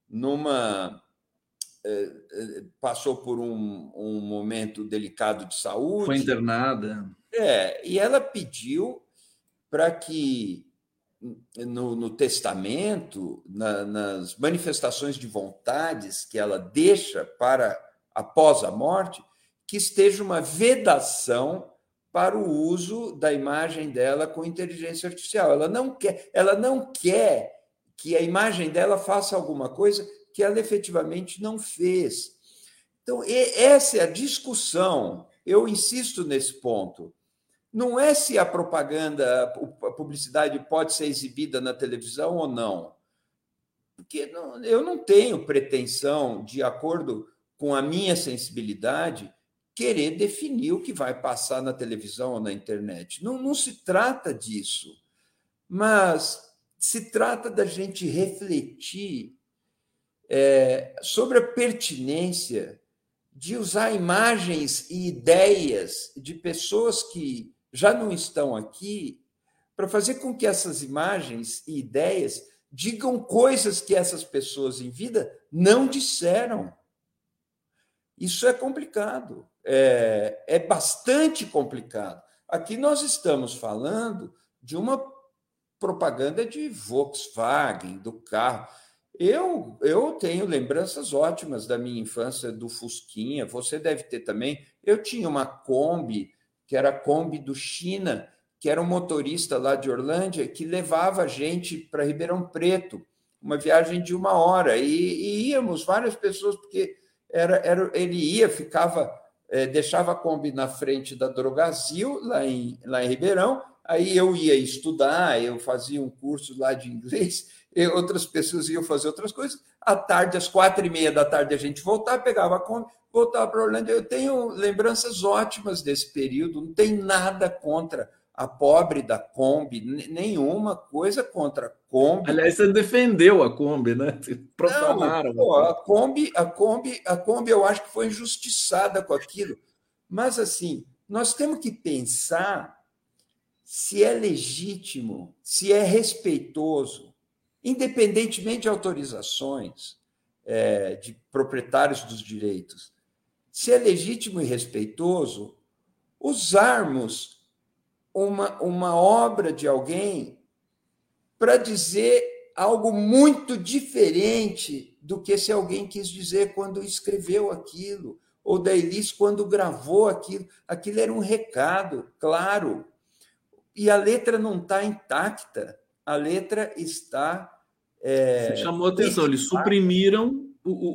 passou por um momento delicado de saúde. Foi internada. E ela pediu para que no testamento, nas manifestações de vontades que ela deixa para após a morte, que esteja uma vedação para o uso da imagem dela com inteligência artificial. Ela não quer que a imagem dela faça alguma coisa que ela efetivamente não fez. Então, essa é a discussão. Eu insisto nesse ponto. Não é se a propaganda, a publicidade pode ser exibida na televisão ou não. Porque eu não tenho pretensão, de acordo com a minha sensibilidade, querer definir o que vai passar na televisão ou na internet. Não se trata disso, mas se trata da gente refletir sobre a pertinência de usar imagens e ideias de pessoas que já não estão aqui para fazer com que essas imagens e ideias digam coisas que essas pessoas em vida não disseram. Isso é complicado. É bastante complicado. Aqui nós estamos falando de uma propaganda de Volkswagen, do carro. Eu tenho lembranças ótimas da minha infância do Fusquinha, você deve ter também. Eu tinha uma Kombi, que era a Kombi do China, que era um motorista lá de Orlândia, que levava a gente para Ribeirão Preto, uma viagem de 1 hora, e íamos várias pessoas, porque ele ia, ficava, deixava a Kombi na frente da Drogazil, lá em Ribeirão, aí eu ia estudar, eu fazia um curso lá de inglês, e outras pessoas iam fazer outras coisas. À tarde, às 4h30 da tarde, a gente voltava, pegava a Kombi, voltava para Orlândia. Eu tenho lembranças ótimas desse período, não tem nada contra a pobre da Kombi, nenhuma coisa contra a Kombi. Aliás, você defendeu a Kombi, né? Profanaram. Não, a Kombi eu acho que foi injustiçada com aquilo. Mas, assim, nós temos que pensar se é legítimo, se é respeitoso, independentemente de autorizações de proprietários dos direitos, se é legítimo e respeitoso usarmos uma obra de alguém para dizer algo muito diferente do que esse alguém quis dizer quando escreveu aquilo, ou da Elis quando gravou aquilo. Aquilo era um recado, claro. E a letra não está intacta, a letra está... Você chamou a atenção, eles suprimiram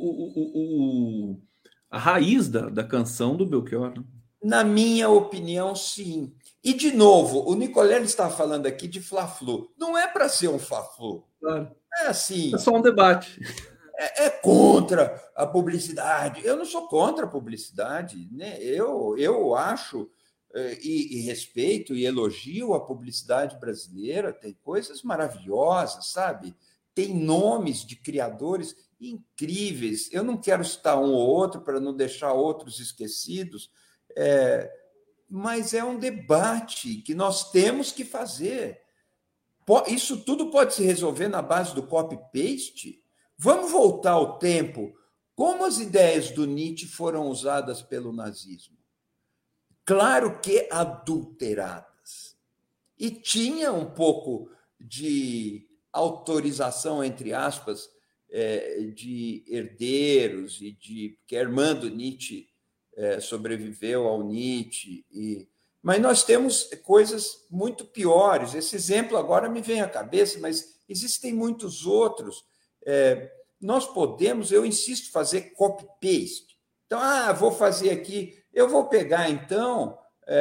a raiz da canção do Belchior. Né? Na minha opinião, sim. E, de novo, o Nicolelli está falando aqui de Fla-Flu. Não é para ser um Fla-Flu. Claro. É assim... É só um debate. É contra a publicidade. Eu não sou contra a publicidade. Né? Eu acho... E respeito e elogio a publicidade brasileira, tem coisas maravilhosas, sabe? Tem nomes de criadores incríveis. Eu não quero citar um ou outro para não deixar outros esquecidos, mas é um debate que nós temos que fazer. Isso tudo pode se resolver na base do copy-paste? Vamos voltar ao tempo. Como as ideias do Nietzsche foram usadas pelo nazismo? Claro que adulteradas. E tinha um pouco de autorização, entre aspas, de herdeiros, porque Armando Nietzsche sobreviveu ao Nietzsche. Mas nós temos coisas muito piores. Esse exemplo agora me vem à cabeça, mas existem muitos outros. Nós podemos, eu insisto, fazer copy-paste. Então, vou fazer aqui... Eu vou pegar, então,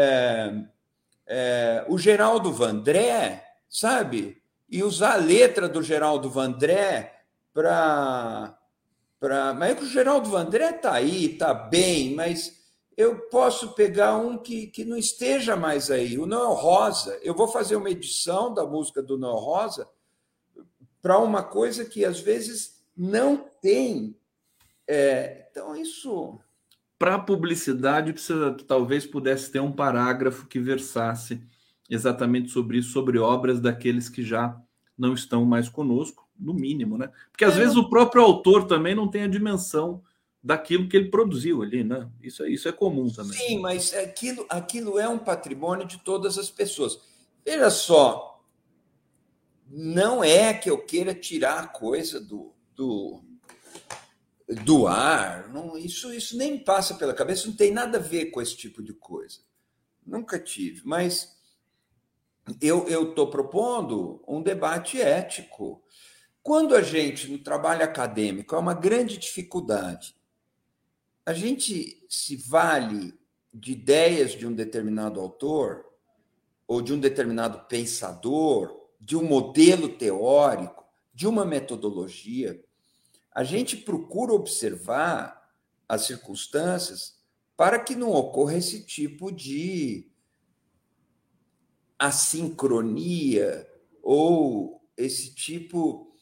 o Geraldo Vandré, sabe? E usar a letra do Geraldo Vandré para... Mas o Geraldo Vandré está aí, está bem, mas eu posso pegar um que não esteja mais aí, o Noel Rosa. Eu vou fazer uma edição da música do Noel Rosa para uma coisa que, às vezes, não tem. Então, isso... Para a publicidade, talvez pudesse ter um parágrafo que versasse exatamente sobre isso, sobre obras daqueles que já não estão mais conosco, no mínimo, né? Porque às vezes o próprio autor também não tem a dimensão daquilo que ele produziu ali, né? Isso é comum também. Sim, mas aquilo é um patrimônio de todas as pessoas. Veja só, não é que eu queira tirar a coisa do ar, não, isso nem me passa pela cabeça, não tem nada a ver com esse tipo de coisa. Nunca tive, mas eu estou propondo um debate ético. Quando a gente, no trabalho acadêmico, é uma grande dificuldade, a gente se vale de ideias de um determinado autor, ou de um determinado pensador, de um modelo teórico, de uma metodologia. A gente procura observar as circunstâncias para que não ocorra esse tipo de assincronia ou esse tipo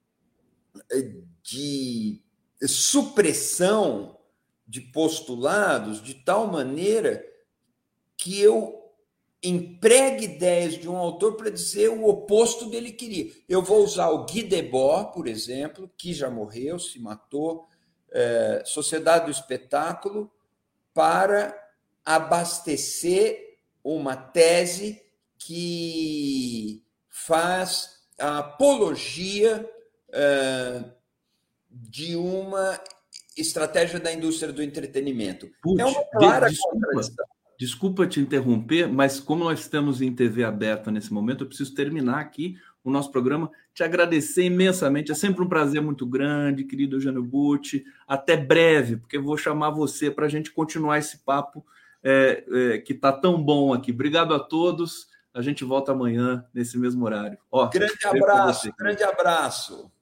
de supressão de postulados de tal maneira que eu empregue ideias de um autor para dizer o oposto dele queria. Eu vou usar o Guy Debord, por exemplo, que já morreu, se matou, Sociedade do Espetáculo, para abastecer uma tese que faz a apologia de uma estratégia da indústria do entretenimento. Puxa, é uma clara contradição. Desculpa te interromper, mas como nós estamos em TV aberta nesse momento, eu preciso terminar aqui o nosso programa, te agradecer imensamente. É sempre um prazer muito grande, querido Eugênio Butti. Até breve, porque eu vou chamar você para a gente continuar esse papo que está tão bom aqui. Obrigado a todos. A gente volta amanhã nesse mesmo horário. Grande abraço, grande abraço.